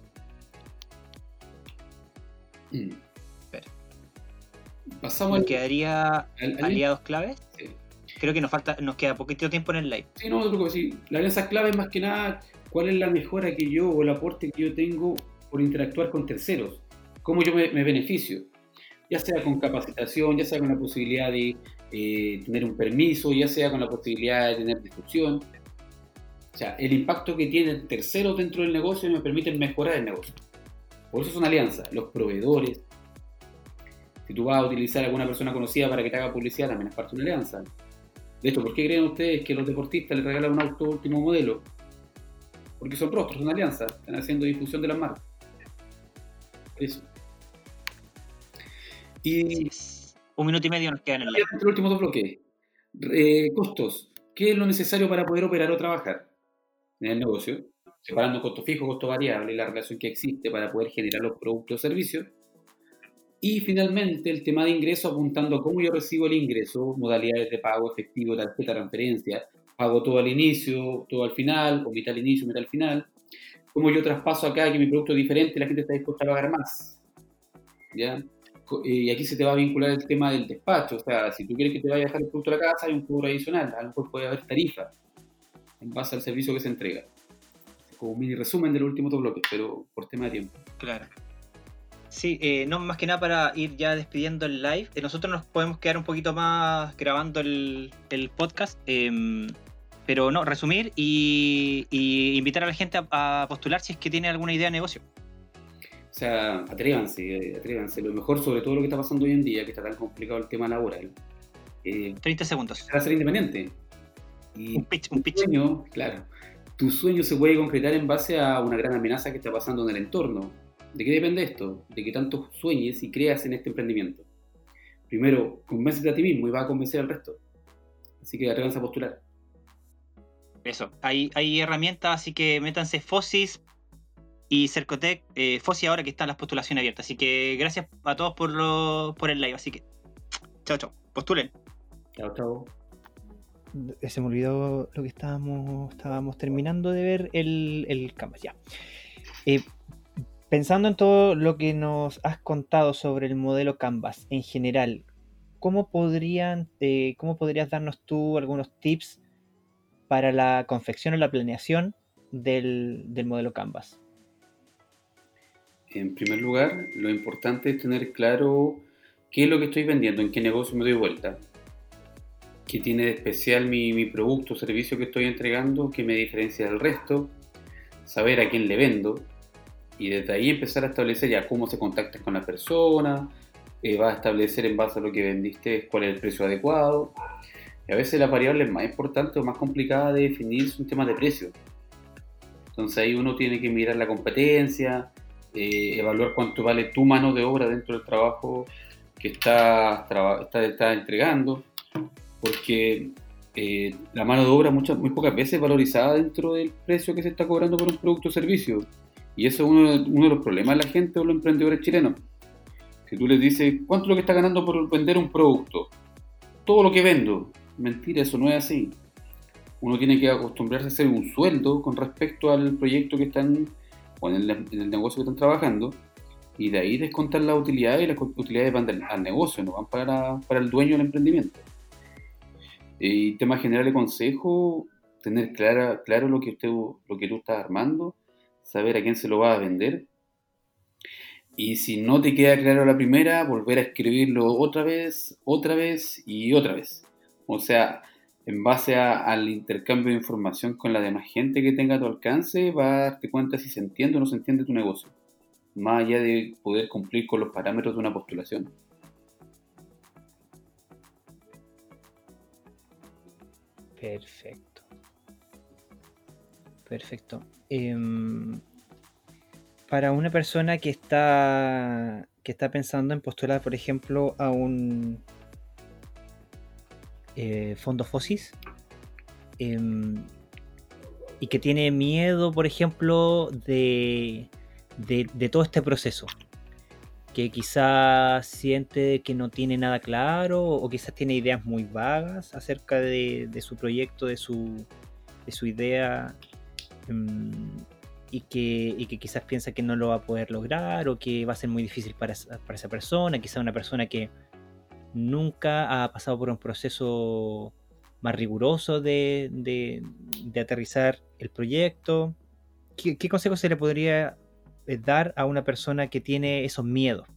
Pasamos quedaría aliados claves. Sí. Creo que nos queda poquito tiempo en el live. Sí, no, creo que sí. La alianza clave es más que nada cuál es la mejora que yo o el aporte que yo tengo por interactuar con terceros. Cómo yo me beneficio. Ya sea con capacitación, ya sea con la posibilidad de tener un permiso, ya sea con la posibilidad de tener discusión. O sea, el impacto que tienen terceros dentro del negocio me permite mejorar el negocio. Por eso es una alianza. Los proveedores. Si tú vas a utilizar a alguna persona conocida para que te haga publicidad, también es parte de una alianza. De hecho, ¿por qué creen ustedes que los deportistas les regalan un auto último modelo? Porque son rostros, son alianzas, están haciendo difusión de las marcas. Eso. Y 1 minuto y medio nos quedan en el live. Los últimos 2 bloques. Costos. ¿Qué es lo necesario para poder operar o trabajar en el negocio? Separando costo fijo, costo variable, la relación que existe para poder generar los productos o servicios. Y finalmente el tema de ingreso, apuntando a cómo yo recibo el ingreso, modalidades de pago, efectivo, tarjeta, transferencia, pago todo al inicio, todo al final, o mitad al inicio, mitad al final, cómo yo traspaso acá que mi producto es diferente y la gente está dispuesta a pagar más. ¿Ya? Y aquí se te va a vincular el tema del despacho, o sea, si tú quieres que te vaya a dejar el producto a la casa, hay un cobro adicional, a lo mejor puede haber tarifa en base al servicio que se entrega. Como un mini resumen de los últimos 2 bloques, pero por tema de tiempo. Claro. Sí, no más que nada para ir ya despidiendo el live. Nosotros nos podemos quedar un poquito más grabando el podcast, pero no, resumir y invitar a la gente a postular si es que tiene alguna idea de negocio. O sea, atrévanse. Lo mejor, sobre todo lo que está pasando hoy en día, que está tan complicado el tema laboral. 30 segundos. Para ser independiente. Y un pitch. Sueño, claro. Tu sueño se puede concretar en base a una gran amenaza que está pasando en el entorno. ¿De qué depende esto? De que tanto sueñes y creas en este emprendimiento. Primero, convéncete a ti mismo y vas a convencer al resto. Así que atrévanse a postular. Eso, hay herramientas, así que métanse Fosis y Cercotec. Fosis ahora que están las postulaciones abiertas. Así que gracias a todos por el live. Así que, chao. Postulen. Chao. Se me olvidó lo que estábamos terminando de ver el Canvas. Ya. Pensando en todo lo que nos has contado sobre el modelo Canvas en general, ¿cómo podrías darnos tú algunos tips para la confección o la planeación del modelo Canvas? En primer lugar, lo importante es tener claro qué es lo que estoy vendiendo, en qué negocio me doy vuelta, qué tiene de especial mi producto o servicio que estoy entregando, qué me diferencia del resto, saber a quién le vendo, Y desde ahí empezar a establecer ya cómo se contacta con la persona, vas a establecer en base a lo que vendiste cuál es el precio adecuado. Y a veces la variable más importante o más complicada de definir es un tema de precio. Entonces ahí uno tiene que mirar la competencia, evaluar cuánto vale tu mano de obra dentro del trabajo que estás entregando, porque la mano de obra muy pocas veces es valorizada dentro del precio que se está cobrando por un producto o servicio. Y eso es uno de los problemas de la gente o los emprendedores chilenos. Si tú les dices, ¿cuánto es lo que está ganando por vender un producto? Todo lo que vendo. Mentira, eso no es así. Uno tiene que acostumbrarse a hacer un sueldo con respecto al proyecto que están, o en el negocio que están trabajando, y de ahí descontar las utilidades, y las utilidades van al negocio, no van para el dueño del emprendimiento. Y tema general de consejo, tener claro lo que tú estás armando, saber a quién se lo vas a vender, y si no te queda claro la primera, volver a escribirlo otra vez y otra vez. O sea, en base al intercambio de información con la demás gente que tenga a tu alcance, vas a darte cuenta si se entiende o no se entiende tu negocio, más allá de poder cumplir con los parámetros de una postulación. Perfecto. Para una persona que está pensando en postular, por ejemplo, a un fondo FOSIS, y que tiene miedo, por ejemplo, de todo este proceso, que quizás siente que no tiene nada claro, o quizás tiene ideas muy vagas acerca de su proyecto, de su idea, y que quizás piensa que no lo va a poder lograr, o que va a ser muy difícil para esa persona, quizás una persona que nunca ha pasado por un proceso más riguroso de aterrizar el proyecto. ¿Qué consejo se le podría dar a una persona que tiene esos miedos?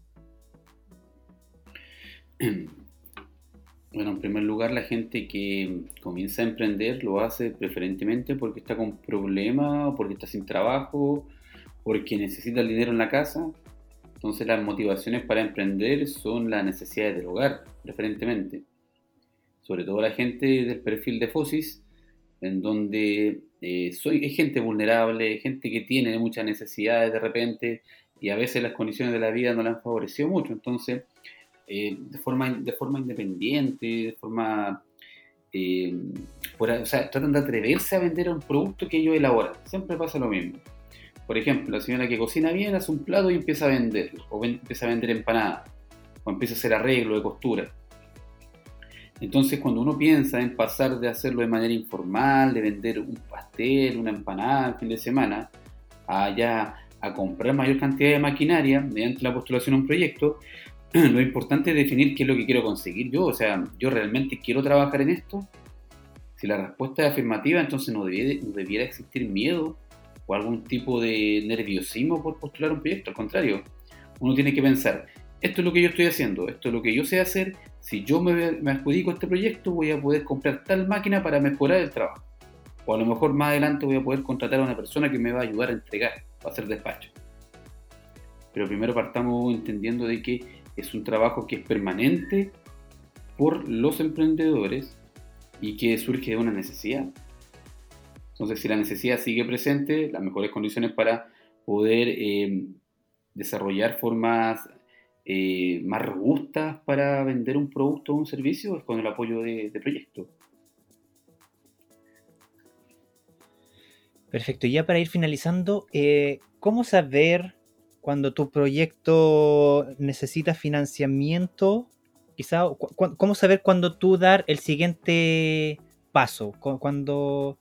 Bueno, en primer lugar, la gente que comienza a emprender lo hace preferentemente porque está con problemas, porque está sin trabajo, porque necesita el dinero en la casa. Entonces las motivaciones para emprender son las necesidades del hogar, preferentemente. Sobre todo la gente del perfil de FOSIS, en donde es gente vulnerable, gente que tiene muchas necesidades de repente, y a veces las condiciones de la vida no la han favorecido mucho. Entonces, de forma independiente, de forma... o sea, tratan de atreverse a vender un producto que ellos elaboran. Siempre pasa lo mismo. Por ejemplo, la señora que cocina bien hace un plato y empieza a venderlo, o empieza a vender empanadas, o empieza a hacer arreglo de costura. Entonces, cuando uno piensa en pasar de hacerlo de manera informal, de vender un pastel, una empanada el fin de semana, a comprar mayor cantidad de maquinaria mediante la postulación a un proyecto, lo importante es definir qué es lo que quiero conseguir yo. O sea, ¿yo realmente quiero trabajar en esto? Si la respuesta es afirmativa, entonces no debiera existir miedo o algún tipo de nerviosismo por postular un proyecto. Al contrario, uno tiene que pensar, esto es lo que yo estoy haciendo, esto es lo que yo sé hacer. Si yo me adjudico a este proyecto, voy a poder comprar tal máquina para mejorar el trabajo. O a lo mejor más adelante voy a poder contratar a una persona que me va a ayudar a entregar, a hacer despacho. Pero primero partamos entendiendo de que es un trabajo que es permanente por los emprendedores y que surge de una necesidad. Entonces, si la necesidad sigue presente, las mejores condiciones para poder desarrollar formas más robustas para vender un producto o un servicio es con el apoyo de proyectos. Perfecto. Y ya para ir finalizando, ¿cómo saber cuando tu proyecto necesita financiamiento? Quizá, ¿cómo saber cuándo tú dar el siguiente paso? Cuando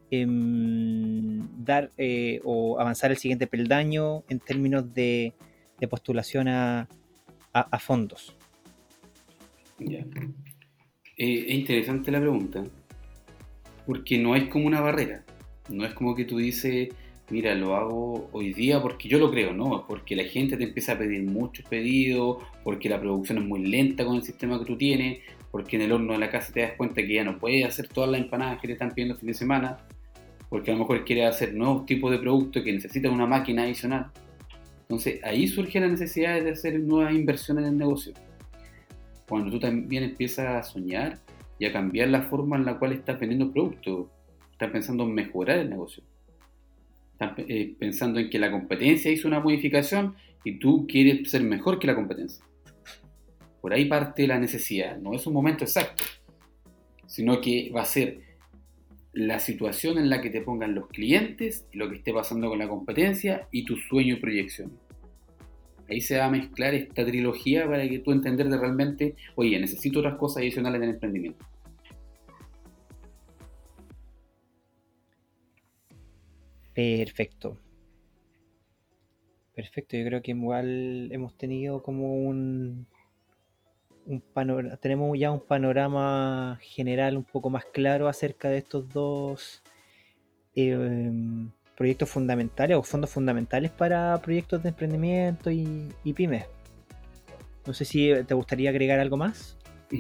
dar o avanzar el siguiente peldaño en términos de postulación a fondos. Yeah. Es interesante la pregunta, porque no es como una barrera. No es como que tú dices, mira, lo hago hoy día porque yo lo creo, no, porque la gente te empieza a pedir muchos pedidos, porque la producción es muy lenta con el sistema que tú tienes, porque en el horno de la casa te das cuenta que ya no puedes hacer todas las empanadas que te están pidiendo el fin de semana, porque a lo mejor quieres hacer nuevos tipos de productos que necesitan una máquina adicional. Entonces ahí surge la necesidad de hacer nuevas inversiones en el negocio. Cuando tú también empiezas a soñar y a cambiar la forma en la cual estás vendiendo el producto, estás pensando en mejorar el negocio. Estás pensando en que la competencia hizo una modificación y tú quieres ser mejor que la competencia. Por ahí parte la necesidad, no es un momento exacto, sino que va a ser la situación en la que te pongan los clientes, lo que esté pasando con la competencia y tu sueño y proyección. Ahí se va a mezclar esta trilogía para que tú entender de realmente, oye, necesito otras cosas adicionales en el emprendimiento. Perfecto. Perfecto, yo creo que igual hemos tenido como tenemos ya un panorama general un poco más claro acerca de estos dos proyectos fundamentales o fondos fundamentales para proyectos de emprendimiento y pymes. No sé si te gustaría agregar algo más.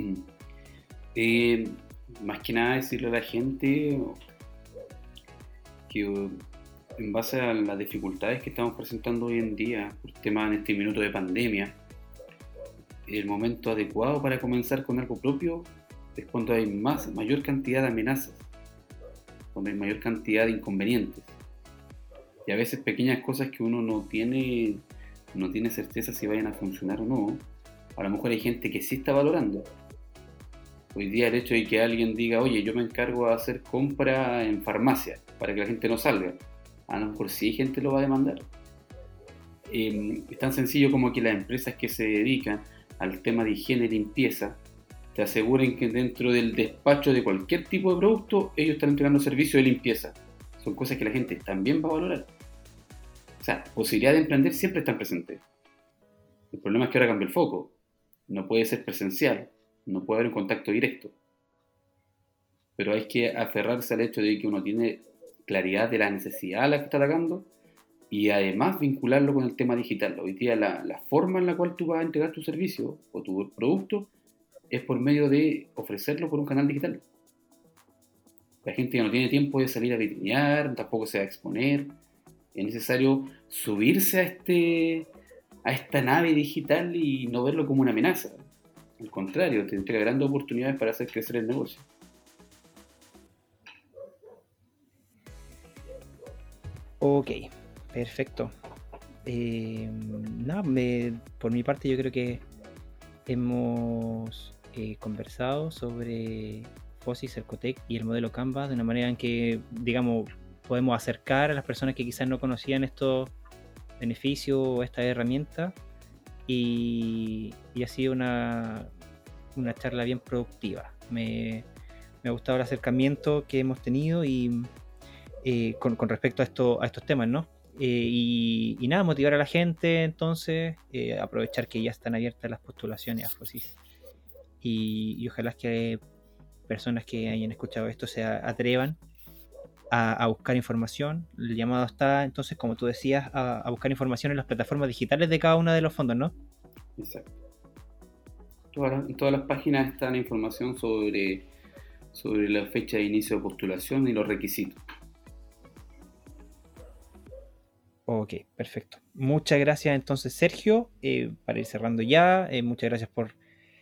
Más que nada decirle a la gente que en base a las dificultades que estamos presentando hoy en día, por tema en este minuto de pandemia, el momento adecuado para comenzar con algo propio es cuando hay mayor cantidad de amenazas, cuando hay mayor cantidad de inconvenientes. Y a veces pequeñas cosas que uno no tiene certeza si vayan a funcionar o no, a lo mejor hay gente que sí está valorando. Hoy día el hecho de que alguien diga, oye, yo me encargo de hacer compra en farmacia para que la gente no salga, a lo mejor sí hay gente que lo va a demandar. Es tan sencillo como que las empresas que se dedican al tema de higiene y limpieza te aseguren que dentro del despacho de cualquier tipo de producto ellos están entregando servicio de limpieza. Son cosas que la gente también va a valorar. O sea, posibilidad de emprender siempre están presentes. El problema es que ahora cambia el foco. No puede ser presencial, no puede haber un contacto directo. Pero hay que aferrarse al hecho de que uno tiene claridad de la necesidad a la que está atacando y además vincularlo con el tema digital. Hoy día la forma en la cual tú vas a entregar tu servicio o tu producto es por medio de ofrecerlo por un canal digital. La gente ya no tiene tiempo de salir a vitrinear, tampoco se va a exponer. Es necesario subirse a esta nave digital y no verlo como una amenaza. Al contrario, te entrega grandes oportunidades para hacer crecer el negocio. Ok, perfecto. Por mi parte yo creo que hemos conversado sobre FOSI, Cercotec y el modelo Canvas de una manera en que, digamos, podemos acercar a las personas que quizás no conocían estos beneficios o esta herramienta y ha sido una charla bien productiva. Me ha gustado el acercamiento que hemos tenido y con respecto a estos temas, ¿no? Y nada, motivar a la gente, entonces, aprovechar que ya están abiertas las postulaciones a FOSIS. Y ojalá que personas que hayan escuchado esto se atrevan a buscar información. El llamado está, entonces, como tú decías, a buscar información en las plataformas digitales de cada uno de los fondos, ¿no? Exacto. En todas las páginas está la información sobre la fecha de inicio de postulación y los requisitos. Ok, perfecto. Muchas gracias entonces, Sergio, para ir cerrando ya. Muchas gracias por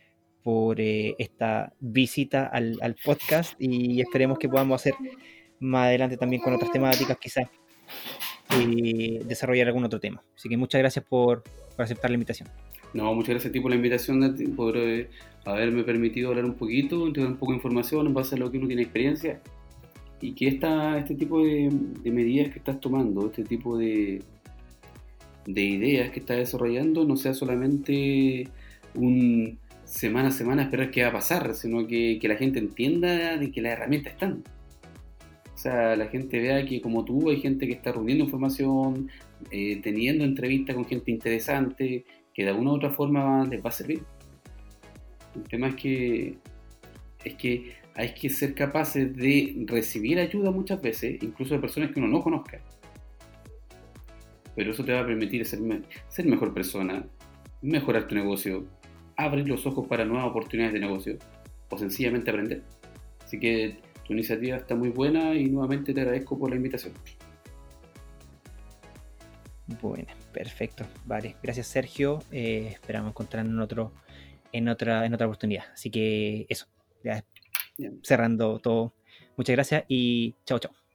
esta visita al podcast y esperemos que podamos hacer más adelante también con otras temáticas, quizás desarrollar algún otro tema. Así que muchas gracias por aceptar la invitación. No, muchas gracias a ti por la invitación, por haberme permitido hablar un poquito, entregar un poco de información en base a lo que uno tiene experiencia y que este tipo de medidas que estás tomando, este tipo de ideas que estás desarrollando no sea solamente un semana a semana esperar qué va a pasar, sino que la gente entienda de que las herramientas están. O sea, la gente vea que como tú hay gente que está reuniendo información, teniendo entrevistas con gente interesante, que de alguna u otra forma les va a servir. El tema es que hay que ser capaces de recibir ayuda muchas veces, incluso de personas que uno no conozca. Pero eso te va a permitir ser mejor persona, mejorar tu negocio, abrir los ojos para nuevas oportunidades de negocio o sencillamente aprender. Así que tu iniciativa está muy buena y nuevamente te agradezco por la invitación. Bueno, perfecto. Vale, gracias Sergio. Esperamos encontrarnos en otra oportunidad. Así que eso, ya Bien. cerrando todo. Muchas gracias y chao, chao.